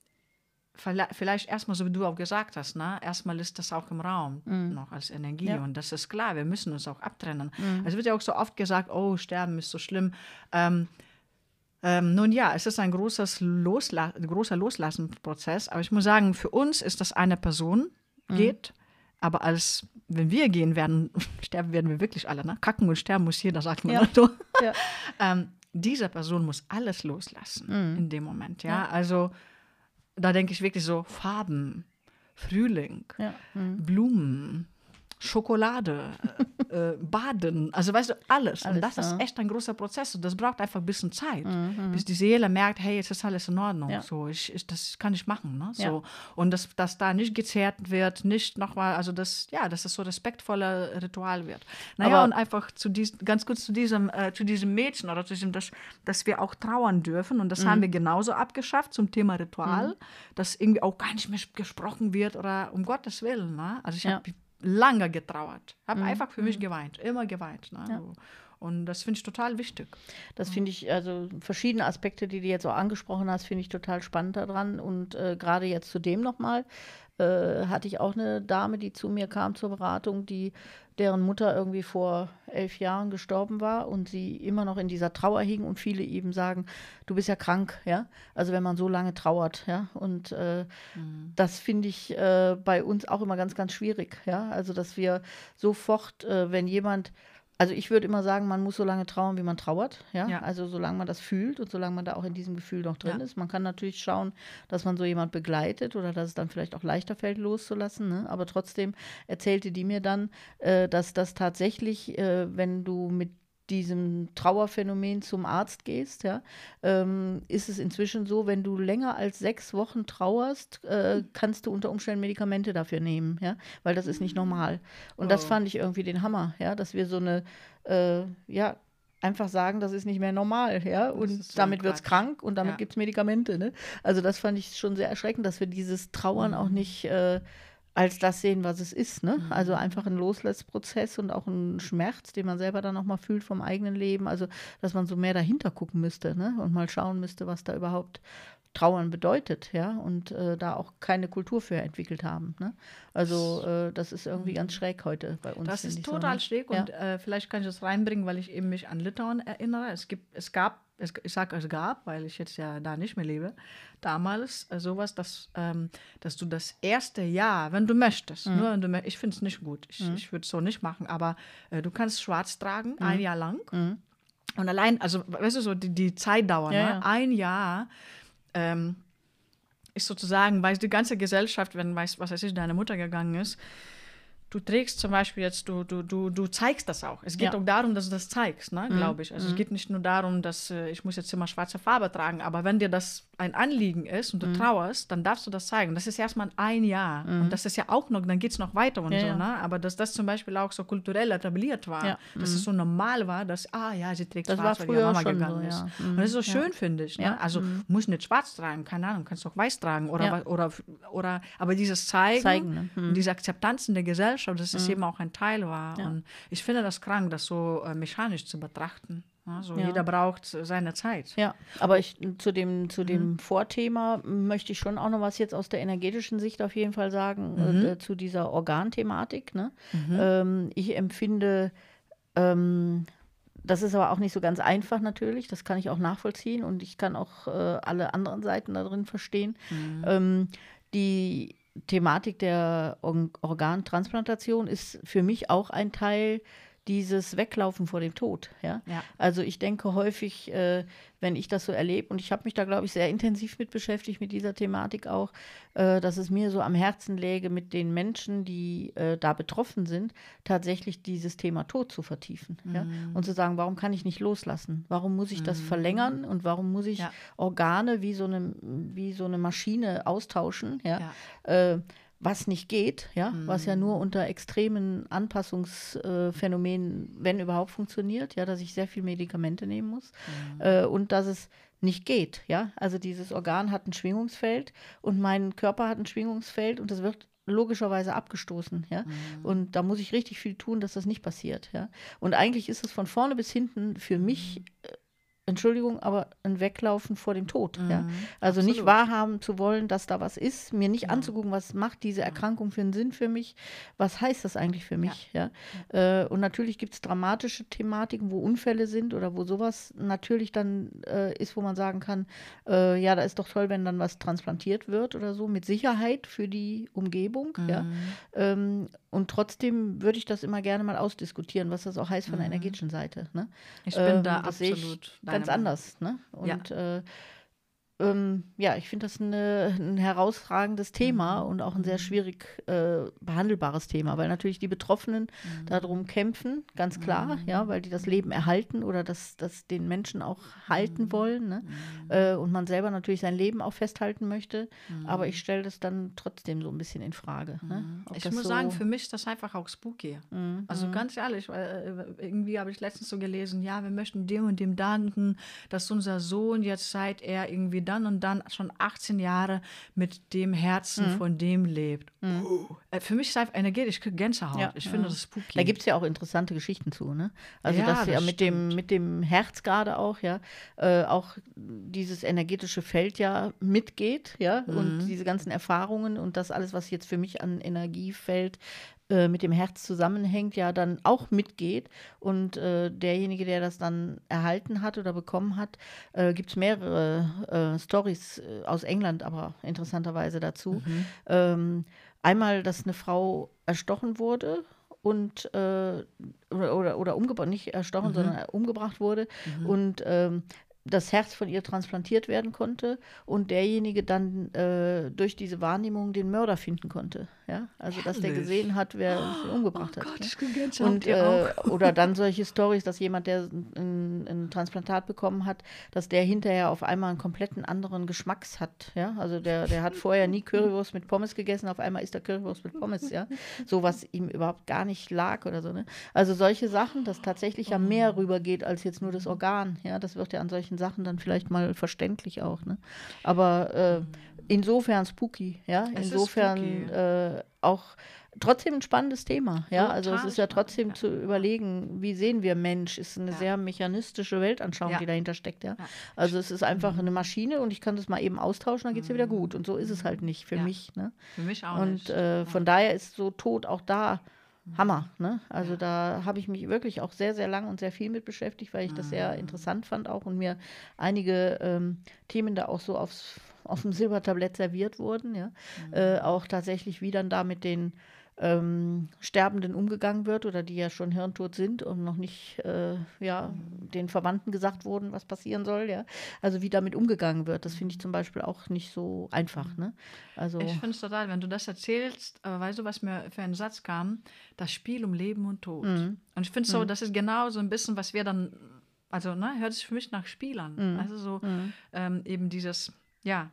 A: verla- vielleicht erstmal, so wie du auch gesagt hast, ne? Erstmal ist das auch im Raum noch als Energie
B: Ja.
A: und das ist klar, wir müssen uns auch abtrennen. Es wird ja auch so oft gesagt, oh, Sterben ist so schlimm. Ähm, ähm, nun ja, es ist ein großes Losla großer Loslassensprozess, aber ich muss sagen, für uns ist das eine Person geht, aber als wenn wir gehen werden, sterben werden wir wirklich alle, ne? Kacken und sterben muss jeder, sagt man.
B: Ja.
A: Ne? So.
B: Ja.
A: ähm, diese Person muss alles loslassen
B: Mhm.
A: in dem Moment, ja.
B: Ja.
A: Also da denke ich wirklich so Farben, Frühling,
B: Ja. Mhm.
A: Blumen, Schokolade, äh, Baden, also weißt du, alles.
B: Alles,
A: Und das ist
B: ja.
A: echt ein großer Prozess und das braucht einfach ein bisschen Zeit,
B: Mhm.
A: bis die Seele merkt, hey, jetzt ist alles in Ordnung,
B: Ja.
A: so, ich, ich, das kann ich machen, ne? So.
B: Ja.
A: Und dass, dass da nicht gezehrt wird, nicht nochmal, also das, ja, dass es so respektvoller Ritual wird. Naja,
B: Aber-
A: und einfach zu dies, ganz kurz zu diesem, äh, zu diesem Mädchen oder zu diesem, dass, dass wir auch trauern dürfen und das haben wir genauso abgeschafft zum Thema Ritual, dass irgendwie auch gar nicht mehr gesprochen wird oder um Gottes Willen, ne? Also ich
B: Ja.
A: habe lange getrauert, habe einfach für mich geweint, immer geweint, ne? So. Und das finde ich total wichtig.
B: Das finde ich, also verschiedene Aspekte, die du jetzt auch angesprochen hast, finde ich total spannend daran. Und äh, gerade jetzt zu dem nochmal, äh, hatte ich auch eine Dame, die zu mir kam zur Beratung, die deren Mutter irgendwie vor elf Jahren gestorben war und sie immer noch in dieser Trauer hing und viele eben sagen, du bist ja krank, ja. Also wenn man so lange trauert, ja. Und äh, das finde ich äh, bei uns auch immer ganz, ganz schwierig, ja. Also dass wir sofort, äh, wenn jemand Also ich würde immer sagen, man muss so lange trauern, wie man trauert. Ja?
A: Ja.
B: Also solange man das fühlt und solange man da auch in diesem Gefühl noch drin
A: Ja.
B: ist. Man kann natürlich schauen, dass man so jemand begleitet oder dass es dann vielleicht auch leichter fällt, loszulassen. Ne? Aber trotzdem erzählte die mir dann, äh, dass das tatsächlich, äh, wenn du mit diesem Trauerphänomen zum Arzt gehst, ja, ähm, ist es inzwischen so, wenn du länger als sechs Wochen trauerst, äh, kannst du unter Umständen Medikamente dafür nehmen, ja, weil das ist nicht normal. Und das
A: Oh.
B: fand ich irgendwie den Hammer, ja, dass wir so eine, äh, ja, einfach sagen, das ist nicht mehr normal, ja, und
A: ist so
B: damit
A: ein
B: wird es
A: Quatsch.
B: krank und damit
A: Ja.
B: gibt es Medikamente, ne? Also das fand ich schon sehr erschreckend, dass wir dieses Trauern
A: Mhm.
B: auch nicht äh, als das sehen, was es ist, ne?
A: Mhm.
B: Also einfach ein Loslassprozess und auch ein Schmerz, den man selber dann nochmal fühlt vom eigenen Leben. Also, dass man so mehr dahinter gucken müsste, ne? Und mal schauen müsste, was da überhaupt Trauern bedeutet, ja? Und äh, da auch keine Kultur für entwickelt haben, ne? Also, äh, das ist irgendwie ganz schräg heute bei uns.
A: Das
B: finde
A: ist
B: ich so,
A: total
B: ne?
A: schräg
B: Ja.
A: und äh, vielleicht kann ich das reinbringen, weil ich eben mich an Litauen erinnere. Es gibt, es gab, es, ich sage es gab, weil ich jetzt ja da nicht mehr lebe, damals äh, sowas, dass, ähm, dass du das erste Jahr, wenn du möchtest,
B: Mhm.
A: nur wenn du mö- ich finde es nicht gut, ich, ich würde es so nicht machen, aber äh, du kannst schwarz tragen, ein Jahr lang.
B: Mhm.
A: Und allein, also weißt du, so die, die Zeitdauer,
B: Ja,
A: ne?
B: ja.
A: Ein Jahr ähm, ist sozusagen, weil die ganze Gesellschaft, wenn, weiß, was weiß ich, deine Mutter gegangen ist, du trägst zum Beispiel jetzt, du, du, du, du zeigst das auch. Es geht
B: Ja.
A: auch darum, dass du das zeigst, ne,
B: Mhm.
A: glaube ich. Also
B: Mhm.
A: es geht nicht nur darum, dass äh, ich muss jetzt immer schwarze Farbe tragen, aber wenn dir das ein Anliegen ist und du
B: Mhm.
A: trauerst, dann darfst du das zeigen. Das ist erstmal ein Jahr.
B: Mhm.
A: Und das ist ja auch noch, dann geht es noch weiter und
B: Ja,
A: so,
B: ja.
A: ne? Aber dass das zum Beispiel auch so kulturell etabliert war,
B: Ja.
A: dass
B: Mhm.
A: es so normal war, dass, ah ja, sie trägt
B: Das war
A: schwarz, weil die
B: früher
A: Mama
B: schon
A: gegangen
B: so,
A: ist.
B: ja.
A: Und
B: Mhm.
A: das ist so
B: Ja.
A: schön, finde ich. Ne?
B: Ja.
A: Also
B: Mhm.
A: muss nicht schwarz tragen, keine Ahnung, kannst auch weiß tragen oder,
B: Ja.
A: wa- oder, oder aber dieses Zeigen,
B: Zeigen, ne? Mhm.
A: und diese Akzeptanz in der Gesellschaft, dass es eben auch ein Teil war.
B: Ja.
A: Und ich finde das krank, das so äh, mechanisch zu betrachten. Also
B: Ja.
A: jeder braucht äh, seine Zeit.
B: Ja, aber ich, zu dem, zu
A: Mhm.
B: dem Vorthema möchte ich schon auch noch was jetzt aus der energetischen Sicht auf jeden Fall sagen,
A: Mhm.
B: äh, zu dieser Organthematik. Ne?
A: Mhm.
B: Ähm, ich empfinde, ähm, das ist aber auch nicht so ganz einfach natürlich, das kann ich auch nachvollziehen und ich kann auch äh, alle anderen Seiten da drin verstehen.
A: Mhm.
B: Ähm, die Thematik der Or Organtransplantation ist für mich auch ein Teil dieses Weglaufen vor dem Tod. Ja?
A: Ja.
B: Also ich denke häufig, äh, wenn ich das so erlebe, und ich habe mich da, glaube ich, sehr intensiv mit beschäftigt, mit dieser Thematik auch, äh, dass es mir so am Herzen läge, mit den Menschen, die äh, da betroffen sind, tatsächlich dieses Thema Tod zu vertiefen.
A: Mhm.
B: Ja? Und zu sagen, warum kann ich nicht loslassen? Warum muss ich das verlängern? Und warum muss ich
A: Ja. Organe
B: wie so eine, wie so eine Maschine austauschen? Ja?
A: Ja.
B: Äh, was nicht geht, ja,
A: Mhm.
B: was ja nur unter extremen Anpassungsphänomenen, äh, wenn überhaupt, funktioniert, ja, dass ich sehr viel Medikamente nehmen muss
A: Mhm.
B: äh, und dass es nicht geht, ja. Also dieses Organ hat ein Schwingungsfeld und mein Körper hat ein Schwingungsfeld und das wird logischerweise abgestoßen, ja.
A: Mhm.
B: Und da muss ich richtig viel tun, dass das nicht passiert, ja. Und eigentlich ist es von vorne bis hinten für mich äh, Entschuldigung, aber ein Weglaufen vor dem Tod.
A: Mhm.
B: Ja? Also
A: Absolut.
B: nicht wahrhaben zu wollen, dass da was ist, mir nicht
A: Ja.
B: anzugucken, was macht diese Erkrankung für einen Sinn für mich, was heißt das eigentlich für mich. Ja? Ja? Äh, und natürlich gibt es dramatische Thematiken, wo Unfälle sind oder wo sowas natürlich dann äh, ist, wo man sagen kann, äh, ja, da ist doch toll, wenn dann was transplantiert wird oder so, mit Sicherheit für die Umgebung.
A: Mhm.
B: Ja? Ähm, und trotzdem würde ich das immer gerne mal ausdiskutieren, was das auch heißt von der
A: Mhm.
B: energetischen Seite. Ne?
A: Ich bin
B: Ähm,
A: da
B: das sehe ich
A: absolut
B: ganz
A: deiner Meinung.
B: anders. Ne?
A: Ja.
B: Und äh, ähm, ja, ich finde das eine, ein herausragendes Thema und auch ein sehr schwierig äh, behandelbares Thema, weil natürlich die Betroffenen
A: Mhm.
B: darum kämpfen, ganz klar, ja, weil die das Leben erhalten oder das, das den Menschen auch halten wollen. Ne? Äh, und man selber natürlich sein Leben auch festhalten möchte. Aber ich stelle das dann trotzdem so ein bisschen in Frage. Ne? Ob
A: Ich
B: das
A: muss
B: so,
A: sagen, für mich ist das einfach auch spooky.
B: Mhm,
A: Also
B: mhm.
A: ganz ehrlich, weil, äh, irgendwie habe ich letztens so gelesen, ja, wir möchten dem und dem danken, dass unser Sohn jetzt seit er irgendwie dann und dann schon achtzehn Jahre mit dem Herzen
B: Mhm.
A: von dem lebt. Uh, äh, für mich ist es einfach energetisch, ich kriege Gänsehaut.
B: Ja,
A: ich
B: ja.
A: finde das spooky.
B: Da gibt es ja auch interessante Geschichten zu, ne? Also
A: Ja,
B: dass ja
A: das
B: mit dem,
A: stimmt.
B: mit dem Herz gerade auch, ja, äh, auch dieses energetische Feld ja mitgeht, ja,
A: Mhm.
B: und diese ganzen Erfahrungen und das alles, was jetzt für mich an Energiefeld äh, mit dem Herz zusammenhängt, ja dann auch mitgeht. Und äh, derjenige, der das dann erhalten hat oder bekommen hat, äh, gibt es mehrere äh, Stories äh, aus England, aber interessanterweise dazu.
A: Mhm.
B: Ähm, einmal, dass eine Frau erstochen wurde und äh, oder, oder, oder umgebracht, nicht erstochen,
A: Mhm.
B: sondern umgebracht wurde
A: Mhm.
B: und ähm, das Herz von ihr transplantiert werden konnte und derjenige dann äh, durch diese Wahrnehmung den Mörder finden konnte. Ja? Also, dass der
A: Herrlich.
B: gesehen hat, wer sie umgebracht
A: Oh
B: hat.
A: Gott,
B: ne?
A: ich kriege Gänsehaut
B: Und,
A: hier
B: äh,
A: auch.
B: oder dann solche Stories, dass jemand, der ein, ein Transplantat bekommen hat, dass der hinterher auf einmal einen kompletten anderen Geschmacks hat. Ja? Also der, der hat vorher nie Currywurst mit Pommes gegessen, auf einmal isst er Currywurst mit Pommes. Ja? So was ihm überhaupt gar nicht lag oder so. Ne? Also solche Sachen, dass tatsächlich ja mehr rübergeht als jetzt nur das Organ. Ja? Das wird ja an solchen Sachen dann vielleicht mal verständlich auch. Ne? Aber äh, insofern spooky. Ja?
A: Es ist
B: Insofern
A: spooky.
B: äh, auch trotzdem ein spannendes Thema. Ja? Also es
A: Total
B: ist ja
A: spannend,
B: trotzdem
A: ja.
B: zu überlegen, wie sehen wir Mensch? Ist eine
A: Ja.
B: sehr mechanistische Weltanschauung,
A: Ja.
B: die dahinter steckt. Ja?
A: Ja.
B: Also es ist einfach eine Maschine und ich kann das mal eben austauschen, dann geht es ja wieder gut. Und so ist es halt nicht für
A: Ja.
B: mich. Ne?
A: Für mich auch
B: Und
A: nicht.
B: äh, von daher ist so Tod auch da Hammer. Ne? Also
A: Ja.
B: da habe ich mich wirklich auch sehr, sehr lang und sehr viel mit beschäftigt, weil ich das sehr interessant fand auch und mir einige ähm, Themen da auch so aufs, auf dem Silbertablett serviert wurden. Ja? Äh, auch tatsächlich, wie dann da mit den ähm, Sterbenden umgegangen wird oder die ja schon hirntot sind und noch nicht äh, ja, den Verwandten gesagt wurden, was passieren soll. Ja? Also wie damit umgegangen wird, das finde ich zum Beispiel auch nicht so einfach. Ne? Also,
A: Ich finde es total, wenn du das erzählst, aber weißt du, was mir für ein Satz kam? Das Spiel um Leben und Tod.
B: Mhm.
A: Und ich finde so, das ist genau so ein bisschen, was wir dann, also ne, hört sich für mich nach Spiel an.
B: Mhm.
A: Also so
B: Mhm.
A: ähm, eben dieses, ja,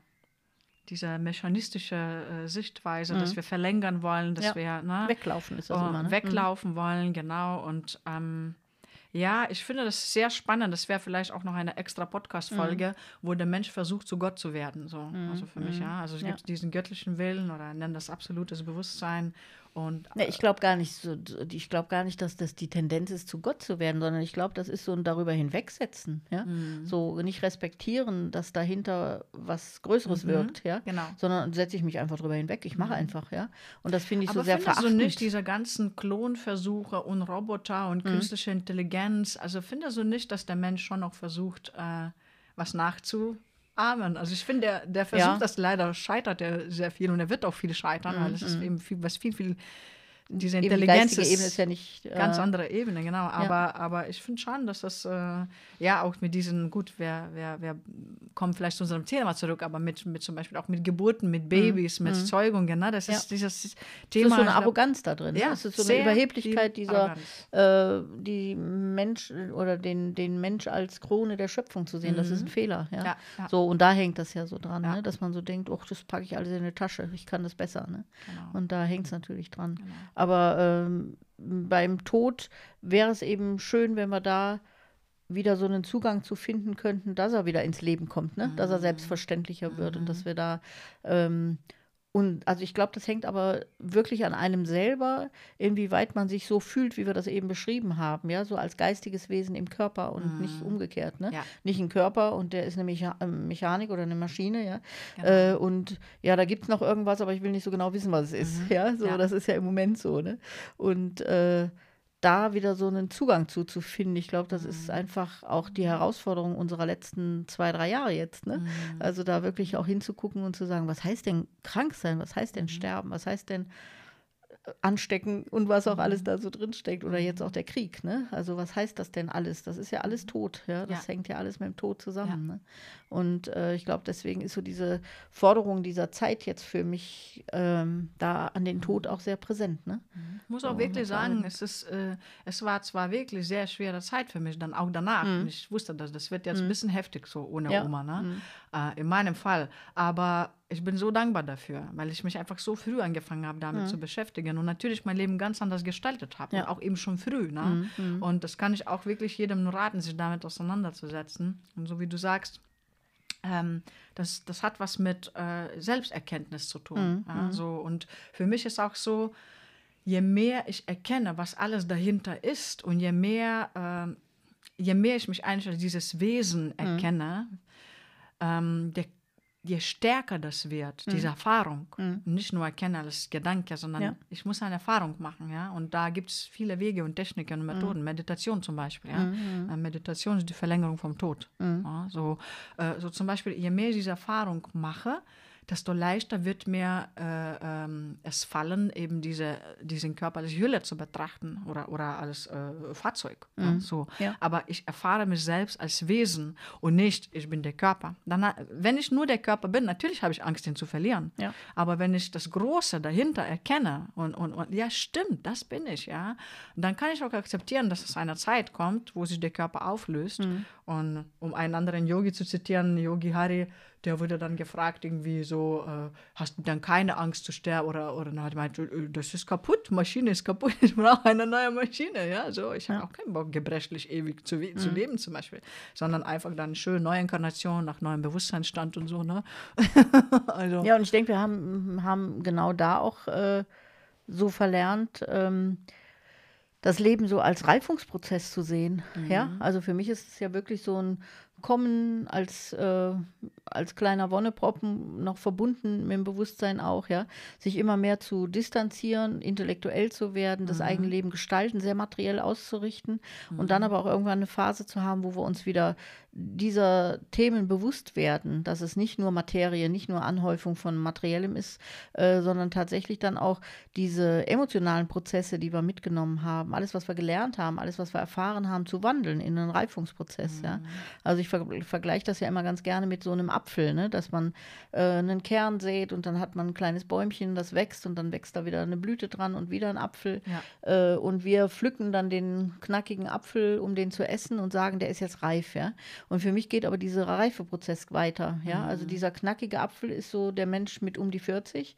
A: diese mechanistische äh, Sichtweise,
B: Mhm.
A: dass wir verlängern wollen, dass
B: Ja.
A: wir ne,
B: weglaufen ist das
A: oh,
B: immer. Ne?
A: weglaufen wollen, genau. Und ähm, ja, ich finde das sehr spannend. Das wäre vielleicht auch noch eine extra Podcast-Folge, wo der Mensch versucht, zu Gott zu werden. So. Also für mich, ja. Also es
B: Ja.
A: gibt diesen göttlichen Willen oder nennen das absolutes Bewusstsein. Und
B: Ne, ich glaube gar nicht so, ich glaube gar nicht, dass das die Tendenz ist, zu Gott zu werden, sondern ich glaube, das ist so ein darüber hinwegsetzen, ja. So nicht respektieren, dass dahinter was Größeres wirkt, ja.
A: genau.
B: Sondern setze ich mich einfach drüber hinweg. Ich mache einfach, ja. Und das finde ich
A: aber
B: so sehr
A: findest du
B: verachtend.
A: nicht diese ganzen Klonversuche und Roboter und künstliche Intelligenz, also findest du nicht, dass der Mensch schon noch versucht, äh, was nachzuahmen? Also ich finde, der, der Versuch,
B: Ja.
A: das leider scheitert er sehr viel und er wird auch viel scheitern, weil es ist eben viel, was viel, viel, diese
B: Eben die
A: Intelligenz
B: geistige
A: ist
B: Ebene ist ja nicht, äh,
A: ganz andere Ebene, genau. Aber, aber ich finde schon, dass das, äh, ja, auch mit diesen, gut, wir, wir, wir kommen vielleicht zu unserem Thema zurück, aber mit, mit zum Beispiel auch mit Geburten, mit Babys, mit Zeugungen, ne? Das
B: Ja.
A: ist dieses
B: Es
A: Thema.
B: ist so eine
A: ich glaub,
B: Arroganz da drin.
A: Ja,
B: ne? Es ist so eine
A: sehr
B: Überheblichkeit
A: viel
B: dieser,
A: Arroganz.
B: äh, die Mensch oder den, den Mensch als Krone der Schöpfung zu sehen. Das ist ein Fehler. Ja?
A: Ja, ja.
B: So, und da hängt das ja so dran,
A: Ja.
B: ne? Dass man so denkt, oh, das packe ich alles in eine Tasche, ich kann das besser. Ne?
A: Genau.
B: Und da hängt es natürlich dran. Aber ähm, beim Tod wäre es eben schön, wenn wir da wieder so einen Zugang zu finden könnten, dass er wieder ins Leben kommt, ne? Dass er selbstverständlicher wird und dass wir da ähm, und also ich glaube, das hängt aber wirklich an einem selber, inwieweit man sich so fühlt, wie wir das eben beschrieben haben, ja, so als geistiges Wesen im Körper und nicht umgekehrt, ne?
A: Ja.
B: Nicht ein Körper und der ist eine Mecha äh, Mechanik oder eine Maschine, ja.
A: Genau.
B: Äh, und ja, da gibt es noch irgendwas, aber ich will nicht so genau wissen, was es ist, ja. So,
A: Ja.
B: das ist ja im Moment so, ne? Und äh, da wieder so einen Zugang zu, zu finden. Ich glaube, das ist einfach auch die Herausforderung unserer letzten zwei, drei Jahre jetzt. Ne? Also da wirklich auch hinzugucken und zu sagen, was heißt denn krank sein? Was heißt denn sterben? Was heißt denn äh, anstecken und was auch alles da so drin steckt? Oder jetzt auch der Krieg. Ne? Also was heißt das denn alles? Das ist ja alles Tod. Ja? Das
A: Ja.
B: hängt ja alles mit dem Tod zusammen.
A: Ja.
B: Ne? Und äh, ich glaube, deswegen ist so diese Forderung dieser Zeit jetzt für mich ähm, da an den Tod auch sehr präsent. Ne?
A: Ich muss auch
B: So,
A: wirklich
B: das war
A: sagen,
B: ein-
A: es, ist, äh, es war zwar wirklich sehr schwere Zeit für mich, dann auch danach. Und ich wusste, dass das wird jetzt ein bisschen heftig so ohne
B: Ja.
A: Oma, ne? Äh, in meinem Fall. Aber ich bin so dankbar dafür, weil ich mich einfach so früh angefangen habe, damit zu beschäftigen und natürlich mein Leben ganz anders gestaltet habe.
B: Ja.
A: Und auch eben schon früh. Ne? Und das kann ich auch wirklich jedem nur raten, sich damit auseinanderzusetzen. Und so wie du sagst, ähm, das, das hat was mit äh, Selbsterkenntnis zu tun. Ja, so. Und für mich ist auch so, je mehr ich erkenne, was alles dahinter ist und je mehr, ähm, je mehr ich mich eigentlich als dieses Wesen erkenne, ähm, der, je stärker das wird, diese Erfahrung. Und nicht nur erkenne als Gedanke, sondern
B: Ja.
A: ich muss eine Erfahrung machen. Ja? Und da gibt es viele Wege und Techniken und Methoden. Meditation zum Beispiel. Ja? Äh, Meditation ist die Verlängerung vom Tod. Ja? So, äh, so zum Beispiel, je mehr ich diese Erfahrung mache, desto leichter wird mir äh, ähm, es fallen, eben diese, diesen Körper als Hülle zu betrachten oder, oder als äh, Fahrzeug. Ja, so.
B: Ja.
A: Aber ich erfahre mich selbst als Wesen und nicht, ich bin der Körper. Dann, ha- wenn ich nur der Körper bin, natürlich habe ich Angst, ihn zu verlieren.
B: Ja.
A: Aber wenn ich das Große dahinter erkenne und, und, und ja, stimmt, das bin ich, ja, dann kann ich auch akzeptieren, dass es eine Zeit kommt, wo sich der Körper auflöst. Und um einen anderen Yogi zu zitieren, Yogi Hari, der wurde dann gefragt, irgendwie so, äh, hast du dann keine Angst zu sterben? Oder, oder dann hat er gemeint, äh, das ist kaputt, Maschine ist kaputt, ich brauche eine neue Maschine. Ja, so, ich habe auch keinen Bock, gebrechlich ewig zu, we- zu leben zum Beispiel, sondern einfach dann schön Neuinkarnation nach neuem Bewusstseinsstand und so. Ne? also,
B: Ja, und ich denke, wir haben, haben genau da auch äh, so verlernt, ähm, das Leben so als Reifungsprozess zu sehen. Ja, also für mich ist es ja wirklich so ein, kommen als, äh, als kleiner Wonneproppen, noch verbunden mit dem Bewusstsein auch, ja, sich immer mehr zu distanzieren, intellektuell zu werden, das
A: Mhm.
B: eigene Leben gestalten, sehr materiell auszurichten
A: Mhm.
B: und dann aber auch irgendwann eine Phase zu haben, wo wir uns wieder dieser Themen bewusst werden, dass es nicht nur Materie, nicht nur Anhäufung von Materiellem ist, äh, sondern tatsächlich dann auch diese emotionalen Prozesse, die wir mitgenommen haben, alles, was wir gelernt haben, alles, was wir erfahren haben, zu wandeln in einen Reifungsprozess.
A: Mhm.
B: Ja. Also ich ver vergleiche das ja immer ganz gerne mit so einem Apfel, ne? Dass man äh, einen Kern sät und dann hat man ein kleines Bäumchen, das wächst und dann wächst da wieder eine Blüte dran und wieder ein Apfel.
A: Ja.
B: Äh, und wir pflücken dann den knackigen Apfel, um den zu essen und sagen, der ist jetzt reif. Ja. Und für mich geht aber dieser Reifeprozess weiter. Ja? Also dieser knackige Apfel ist so der Mensch mit um die vierzig,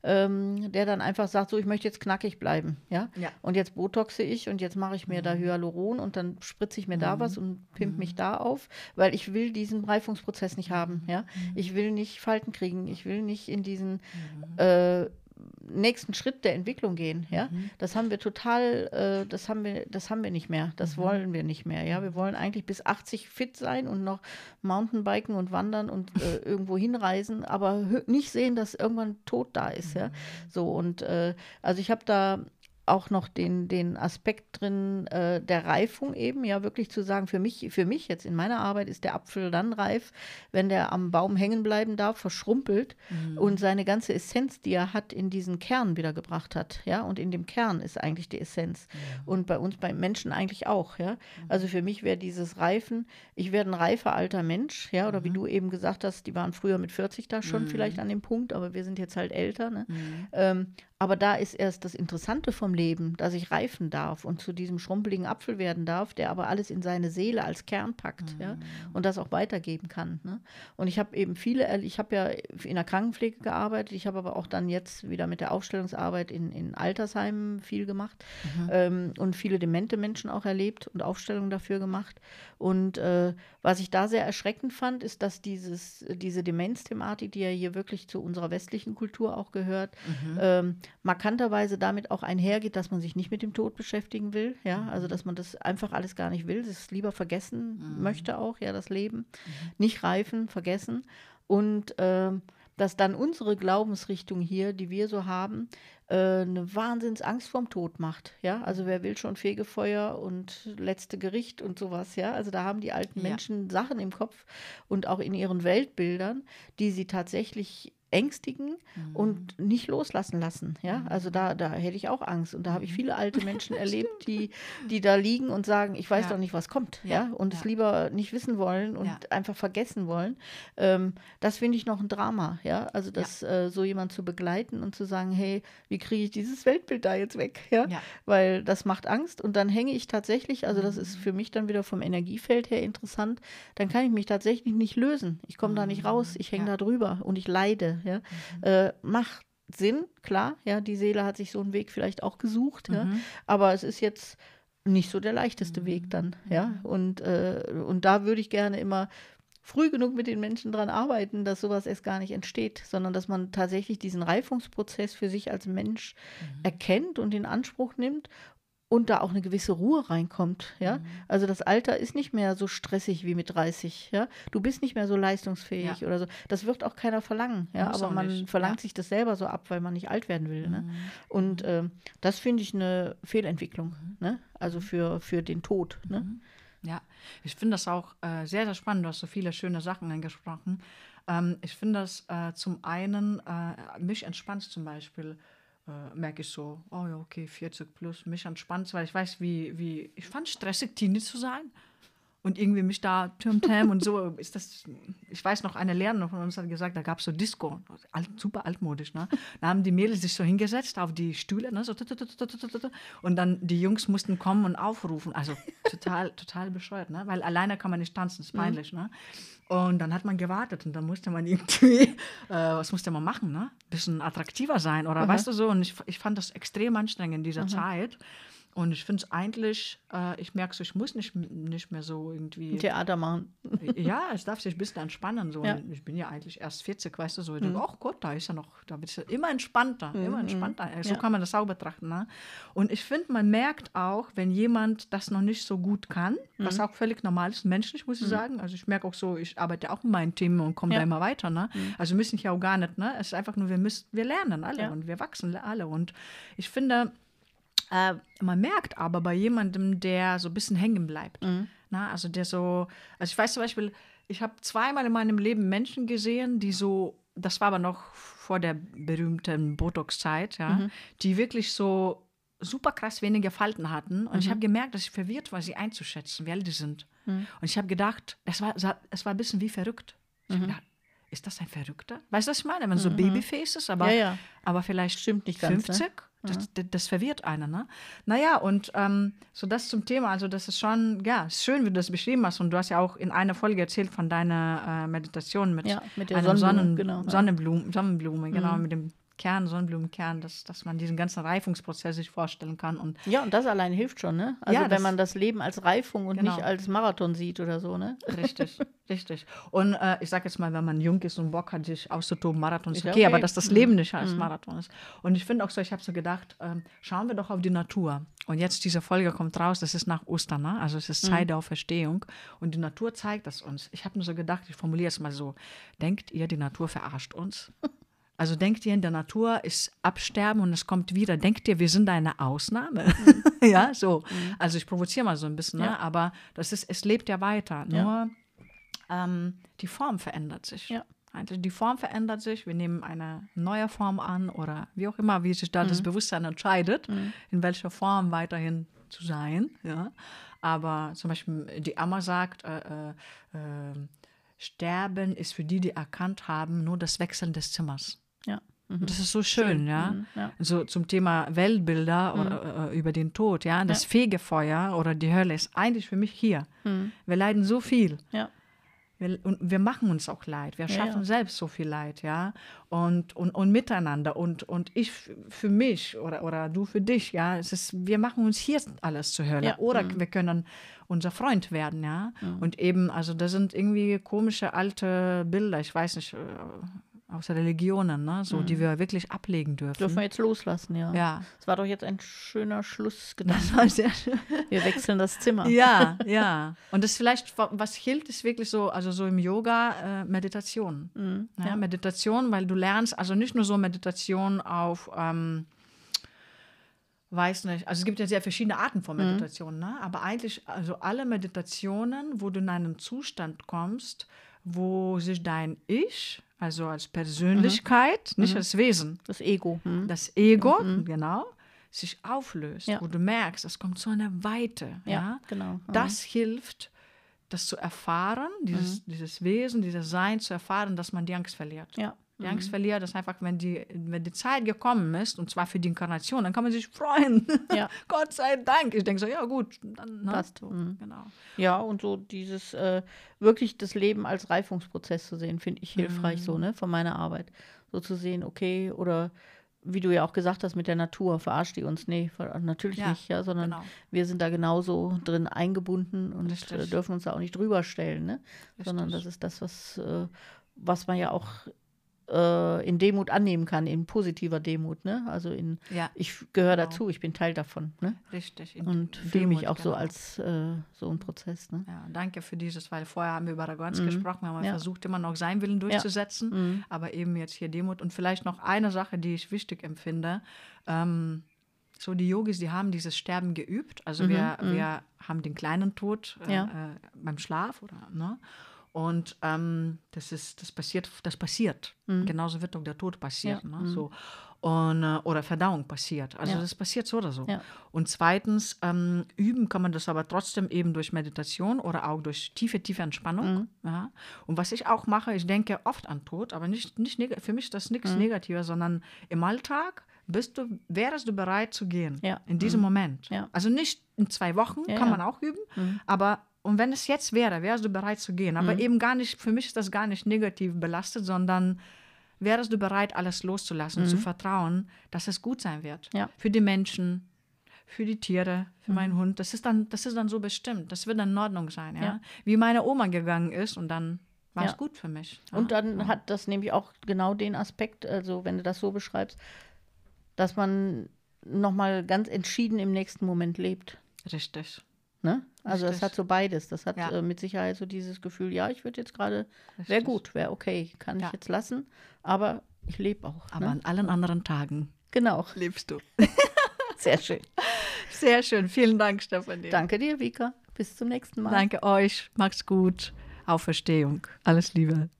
B: ähm, der dann einfach sagt, so, ich möchte jetzt knackig bleiben. Ja?
A: Ja.
B: Und jetzt botoxe ich und jetzt mache ich mir mhm. da Hyaluron und dann spritze ich mir mhm. da was und pimp mhm. mich da auf, weil ich will diesen Reifungsprozess nicht haben. Ja? Ich will nicht Falten kriegen, ich will nicht in diesen mhm. äh, nächsten Schritt der Entwicklung gehen, ja, mhm. das haben wir total, äh, das haben wir, das haben wir nicht mehr, das mhm. wollen wir nicht mehr, ja, wir wollen eigentlich bis achtzig fit sein und noch Mountainbiken und wandern und äh, irgendwo hinreisen, aber nicht sehen, dass irgendwann Tod da ist, mhm. ja, so und äh, also ich habe da auch noch den, den Aspekt drin äh, der Reifung eben, ja, wirklich zu sagen, für mich, für mich jetzt in meiner Arbeit ist der Apfel dann reif, wenn der am Baum hängen bleiben darf, verschrumpelt mhm. und seine ganze Essenz, die er hat, in diesen Kern wiedergebracht hat, ja, und in dem Kern ist eigentlich die Essenz mhm. und bei uns, bei Menschen eigentlich auch, ja, mhm. also für mich wäre dieses Reifen, ich werde ein reifer alter Mensch, ja, oder mhm. wie du eben gesagt hast, die waren früher mit vierzig da schon mhm. vielleicht an dem Punkt, aber wir sind jetzt halt älter, ne, mhm. ähm, aber da ist erst das Interessante vom Leben, dass ich reifen darf und zu diesem schrumpeligen Apfel werden darf, der aber alles in seine Seele als Kern packt, mhm. ja, und das auch weitergeben kann. Ne? Und ich habe eben viele, ich habe ja in der Krankenpflege gearbeitet, ich habe aber auch dann jetzt wieder mit der Aufstellungsarbeit in, in Altersheimen viel gemacht mhm. ähm, und viele demente Menschen auch erlebt und Aufstellungen dafür gemacht. Und äh, was ich da sehr erschreckend fand, ist, dass dieses, diese Demenzthematik, die ja hier wirklich zu unserer westlichen Kultur auch gehört, mhm. ähm, markanterweise damit auch einhergeht, dass man sich nicht mit dem Tod beschäftigen will, ja, also dass man das einfach alles gar nicht will, das lieber vergessen mhm. möchte auch, ja, das Leben, mhm. nicht reifen, vergessen und äh, dass dann unsere Glaubensrichtung hier, die wir so haben, äh, eine Wahnsinnsangst vorm Tod macht, ja, also wer will schon Fegefeuer und letzte Gericht und sowas, ja, also da haben die alten ja. Menschen Sachen im Kopf und auch in ihren Weltbildern, die sie tatsächlich ängstigen mhm. und nicht loslassen lassen. Ja? Also da, da hätte ich auch Angst. Und da habe ich viele alte Menschen erlebt, die, die da liegen und sagen, ich weiß ja. doch nicht, was kommt. Ja. Ja? Und ja. es lieber nicht wissen wollen und ja. einfach vergessen wollen. Ähm, das finde ich noch ein Drama. Ja? Also das ja. äh, so jemand zu begleiten und zu sagen, hey, wie kriege ich dieses Weltbild da jetzt weg? Ja? Ja. Weil das macht Angst. Und dann hänge ich tatsächlich, also das ist für mich dann wieder vom Energiefeld her interessant, dann kann ich mich tatsächlich nicht lösen. Ich komme mhm. da nicht raus. Ich hänge ja. da drüber und ich leide. Ja, mhm. äh, macht Sinn, klar, ja, die Seele hat sich so einen Weg vielleicht auch gesucht, mhm. ja, aber es ist jetzt nicht so der leichteste mhm. Weg dann, ja, und, äh, und da würde ich gerne immer früh genug mit den Menschen dran arbeiten, dass sowas erst gar nicht entsteht, sondern dass man tatsächlich diesen Reifungsprozess für sich als Mensch mhm. erkennt und in Anspruch nimmt und da auch eine gewisse Ruhe reinkommt, ja. Mhm. Also das Alter ist nicht mehr so stressig wie mit dreißig, ja. Du bist nicht mehr so leistungsfähig ja. oder so. Das wird auch keiner verlangen, ja. Aber man nicht. verlangt ja. sich das selber so ab, weil man nicht alt werden will, mhm. ne. Und ähm, das finde ich eine Fehlentwicklung, mhm. ne. Also für, für den Tod, mhm. ne.
A: Ja, ich finde das auch äh, sehr, sehr spannend. Du hast so viele schöne Sachen angesprochen. Ähm, ich finde das äh, zum einen, äh, mich entspannt zum Beispiel, Äh, merke ich so, oh ja, okay, vierzig plus, mich entspannt, weil ich weiß, wie, wie, ich fand stressig, Teenie zu sein und irgendwie mich da tim-tam und so, ist das, ich weiß noch, eine Lehrerin von uns hat gesagt, da gab es so Disco, alt, super altmodisch, ne, da haben die Mädels sich so hingesetzt auf die Stühle, ne, so und dann die Jungs mussten kommen und aufrufen, also total, total bescheuert, ne, weil alleine kann man nicht tanzen, ist peinlich, mhm. ne. Und dann hat man gewartet und dann musste man irgendwie, äh, was musste man machen, ne? Bisschen attraktiver sein oder
B: Aha.
A: weißt du so. Und ich, ich fand das extrem anstrengend in dieser Aha. Zeit. Und ich finde es eigentlich, äh, ich merke so, ich muss nicht, nicht mehr so irgendwie.
B: Theater machen.
A: Ja, es darf sich ein bisschen entspannen. So.
B: Ja.
A: Ich bin ja eigentlich erst vierzig, weißt du, so. Ich denke, ach Gott, da ist ja noch, da wird es ja immer entspannter,
B: Mhm.
A: immer entspannter. So
B: Ja.
A: kann man das auch betrachten. Ne? Und ich finde, man merkt auch, wenn jemand das noch nicht so gut kann, was auch völlig normal ist, menschlich, muss ich sagen. Also ich merke auch so, ich arbeite auch in meinen Themen und komme
B: Ja.
A: da immer weiter. Ne? Also müssen ja auch gar nicht. Ne? Es ist einfach nur, wir müssen, wir lernen alle
B: Ja.
A: und wir wachsen alle. Und ich finde, Äh, man merkt aber bei jemandem, der so ein bisschen hängen bleibt.
B: Mhm.
A: Na, also der so, also ich weiß zum Beispiel, ich habe zweimal in meinem Leben Menschen gesehen, die so, das war aber noch vor der berühmten Botox-Zeit, ja,
B: Mhm.
A: die wirklich so super krass wenige Falten hatten. Und
B: Mhm.
A: ich habe gemerkt, dass ich verwirrt war, sie einzuschätzen, wie alt die sind.
B: Mhm.
A: Und ich habe gedacht, es war, es war ein bisschen wie verrückt. Ich habe
B: Mhm.
A: gedacht, ist das ein Verrückter? Weißt du, was ich meine? Wenn so Babyface ist, aber,
B: Ja, ja.
A: aber vielleicht
B: Stimmt nicht ganz, ne?
A: fünfzig? Das, das, das verwirrt einen, ne? Naja, und ähm, so das zum Thema, also das ist schon, ja, ist schön, wie du das beschrieben hast. Und du hast ja auch in einer Folge erzählt von deiner äh, Meditation mit,
B: Ja, mit der
A: einem
B: Sonnenblume,
A: Sonnen,
B: genau, ja.
A: Sonnenblume, Sonnenblume, genau, mit dem Kern, Sonnenblumenkern, dass, dass man diesen ganzen Reifungsprozess sich vorstellen kann. Und
B: Ja, und das allein hilft schon, ne? Also
A: Ja,
B: wenn
A: das-
B: man das Leben als Reifung und
A: Genau.
B: nicht als Marathon sieht oder so, ne?
A: Richtig, richtig. Und äh, ich sage jetzt mal, wenn man jung ist und Bock hat, sich auszutoben, Marathon ist
B: Ist
A: okay,
B: ja okay.
A: aber dass das Leben nicht als Marathon ist. Und ich finde auch so, ich habe so gedacht, ähm, schauen wir doch auf die Natur. Und jetzt diese Folge kommt raus, das ist nach Ostern, ne? Also es ist Zeit der Auferstehung. Und die Natur zeigt das uns. Ich habe nur so gedacht, ich formuliere es mal so, denkt ihr, die Natur verarscht uns? Also denkt ihr, in der Natur ist Absterben und es kommt wieder. Denkt ihr, wir sind eine Ausnahme? Ja, so. Also ich provoziere mal so ein bisschen, ne?
B: Ja.
A: Aber das ist, es lebt ja weiter. Nur
B: Ja.
A: ähm, die Form verändert sich.
B: Ja.
A: Eigentlich die Form verändert sich. Wir nehmen eine neue Form an oder wie auch immer, wie sich da das Bewusstsein entscheidet, in welcher Form weiterhin zu sein. Ja. Aber zum Beispiel die Amma sagt, äh, äh, äh, Sterben ist für die, die erkannt haben, nur das Wechseln des Zimmers.
B: Ja. Mhm.
A: Und das ist so schön, ja.
B: Mhm. Ja.
A: So zum Thema Weltbilder oder äh, über den Tod, ja. Das
B: Ja.
A: Fegefeuer oder die Hölle ist eigentlich für mich hier.
B: Mhm.
A: Wir leiden so viel.
B: Ja.
A: Wir, und wir machen uns auch Leid. Wir
B: Ja,
A: schaffen
B: ja.
A: selbst so viel Leid, ja. Und, und, und miteinander. Und, und ich f- für mich oder, oder du für dich, ja. Es ist, wir machen uns hier alles zur Hölle.
B: Ja.
A: Oder
B: Mhm.
A: wir können unser Freund werden, ja. Und eben, also das sind irgendwie komische alte Bilder, ich weiß nicht, äh, aus Religionen, ne? So, die wir wirklich ablegen dürfen.
B: Dürfen wir jetzt loslassen, ja.
A: Ja.
B: Es war doch jetzt ein schöner Schlussgedanke.
A: Das war sehr schön.
B: Wir wechseln das Zimmer.
A: Ja, ja. Und das vielleicht, wa- was hilft, ist wirklich so, also so im Yoga, äh, Meditation.
B: Mhm.
A: Ja,
B: Ja.
A: Meditation, weil du lernst, also nicht nur so Meditation auf, ähm, weiß nicht, also es gibt ja sehr verschiedene Arten von Meditation, ne? Aber eigentlich, also alle Meditationen, wo du in einen Zustand kommst, wo sich dein Ich, also als Persönlichkeit, nicht als Wesen,
B: Das Ego. Mhm.
A: das Ego, genau, sich auflöst,
B: Ja.
A: wo du merkst, es kommt so eine Weite, ja,
B: Ja, genau. Mhm.
A: das hilft, das zu erfahren, dieses, dieses Wesen, dieses Sein zu erfahren, dass man die Angst verliert.
B: Ja.
A: Die Angst verliert, ist einfach, wenn die, wenn die Zeit gekommen ist, und zwar für die Inkarnation, dann kann man sich freuen.
B: Ja.
A: Gott sei Dank. Ich denke so, ja gut, dann ne?
B: Passt.
A: So,
B: Mhm.
A: genau.
B: Ja, und so dieses äh, wirklich das Leben als Reifungsprozess zu sehen, finde ich hilfreich so, ne, von meiner Arbeit. So zu sehen, okay, oder wie du ja auch gesagt hast mit der Natur, verarscht die uns? Nee, ver natürlich
A: Ja,
B: nicht, ja, sondern
A: genau.
B: wir sind da genauso drin eingebunden und
A: Richtig.
B: äh, dürfen uns da auch nicht drüber stellen, ne? Sondern das ist das, was, äh, was man ja auch äh, in Demut annehmen kann, in positiver Demut, ne? Also in,
A: Ja,
B: ich gehöre
A: genau.
B: dazu, ich bin Teil davon, ne?
A: richtig. In
B: Und fühle mich
A: Demut,
B: auch so
A: genau.
B: als äh, so ein Prozess, ne?
A: Ja, danke für dieses, weil vorher haben wir über Arroganz gesprochen, wir haben
B: Ja.
A: versucht, immer noch seinen Willen durchzusetzen,
B: Mhm.
A: aber eben jetzt hier Demut. Und vielleicht noch eine Sache, die ich wichtig empfinde, ähm, so die Yogis, die haben dieses Sterben geübt, also wir, wir haben den kleinen Tod äh,
B: Ja.
A: äh, beim Schlaf, oder, ne? Und ähm, das ist, das passiert, das passiert. Genauso wird auch der Tod passieren,
B: Ja.
A: ne? So. Und, äh, oder Verdauung passiert. Also
B: Ja.
A: das passiert so oder so.
B: Ja.
A: Und zweitens, ähm, üben kann man das aber trotzdem eben durch Meditation oder auch durch tiefe, tiefe Entspannung. Ja. Und was ich auch mache, ich denke oft an Tod, aber nicht, nicht neg- für mich ist das nichts Negatives, sondern im Alltag bist du, wärst du bereit zu gehen
B: Ja.
A: in diesem Moment.
B: Ja.
A: Also nicht in zwei Wochen,
B: Ja,
A: kann
B: ja.
A: man auch üben, aber und wenn es jetzt wäre, wärst du bereit zu gehen. Aber eben gar nicht, für mich ist das gar nicht negativ belastet, sondern wärst du bereit, alles loszulassen, zu vertrauen, dass es gut sein wird.
B: Ja.
A: Für die Menschen, für die Tiere, für
B: Mhm.
A: meinen Hund. Das ist dann, das ist dann so bestimmt. Das wird dann in Ordnung sein, ja.
B: Ja.
A: Wie meine Oma gegangen ist und dann war
B: Ja.
A: es gut für mich. Ja.
B: Und dann hat das nämlich auch genau den Aspekt, also wenn du das so beschreibst, dass man nochmal ganz entschieden im nächsten Moment lebt.
A: Richtig.
B: Ne? Also das
A: Richtig.
B: hat so beides. Das hat
A: Ja.
B: äh, mit Sicherheit so dieses Gefühl, ja, ich würde jetzt gerade, wäre
A: Richtig.
B: gut, wäre okay, kann ich
A: Ja.
B: jetzt lassen, aber ich lebe auch.
A: Aber
B: Ne?
A: an allen anderen Tagen
B: Genau,
A: lebst du.
B: sehr schön.
A: Sehr schön. Vielen Dank, Stefanie.
B: Danke dir, Vika. Bis zum nächsten Mal.
A: Danke euch. Macht's gut. Auferstehung. Alles Liebe.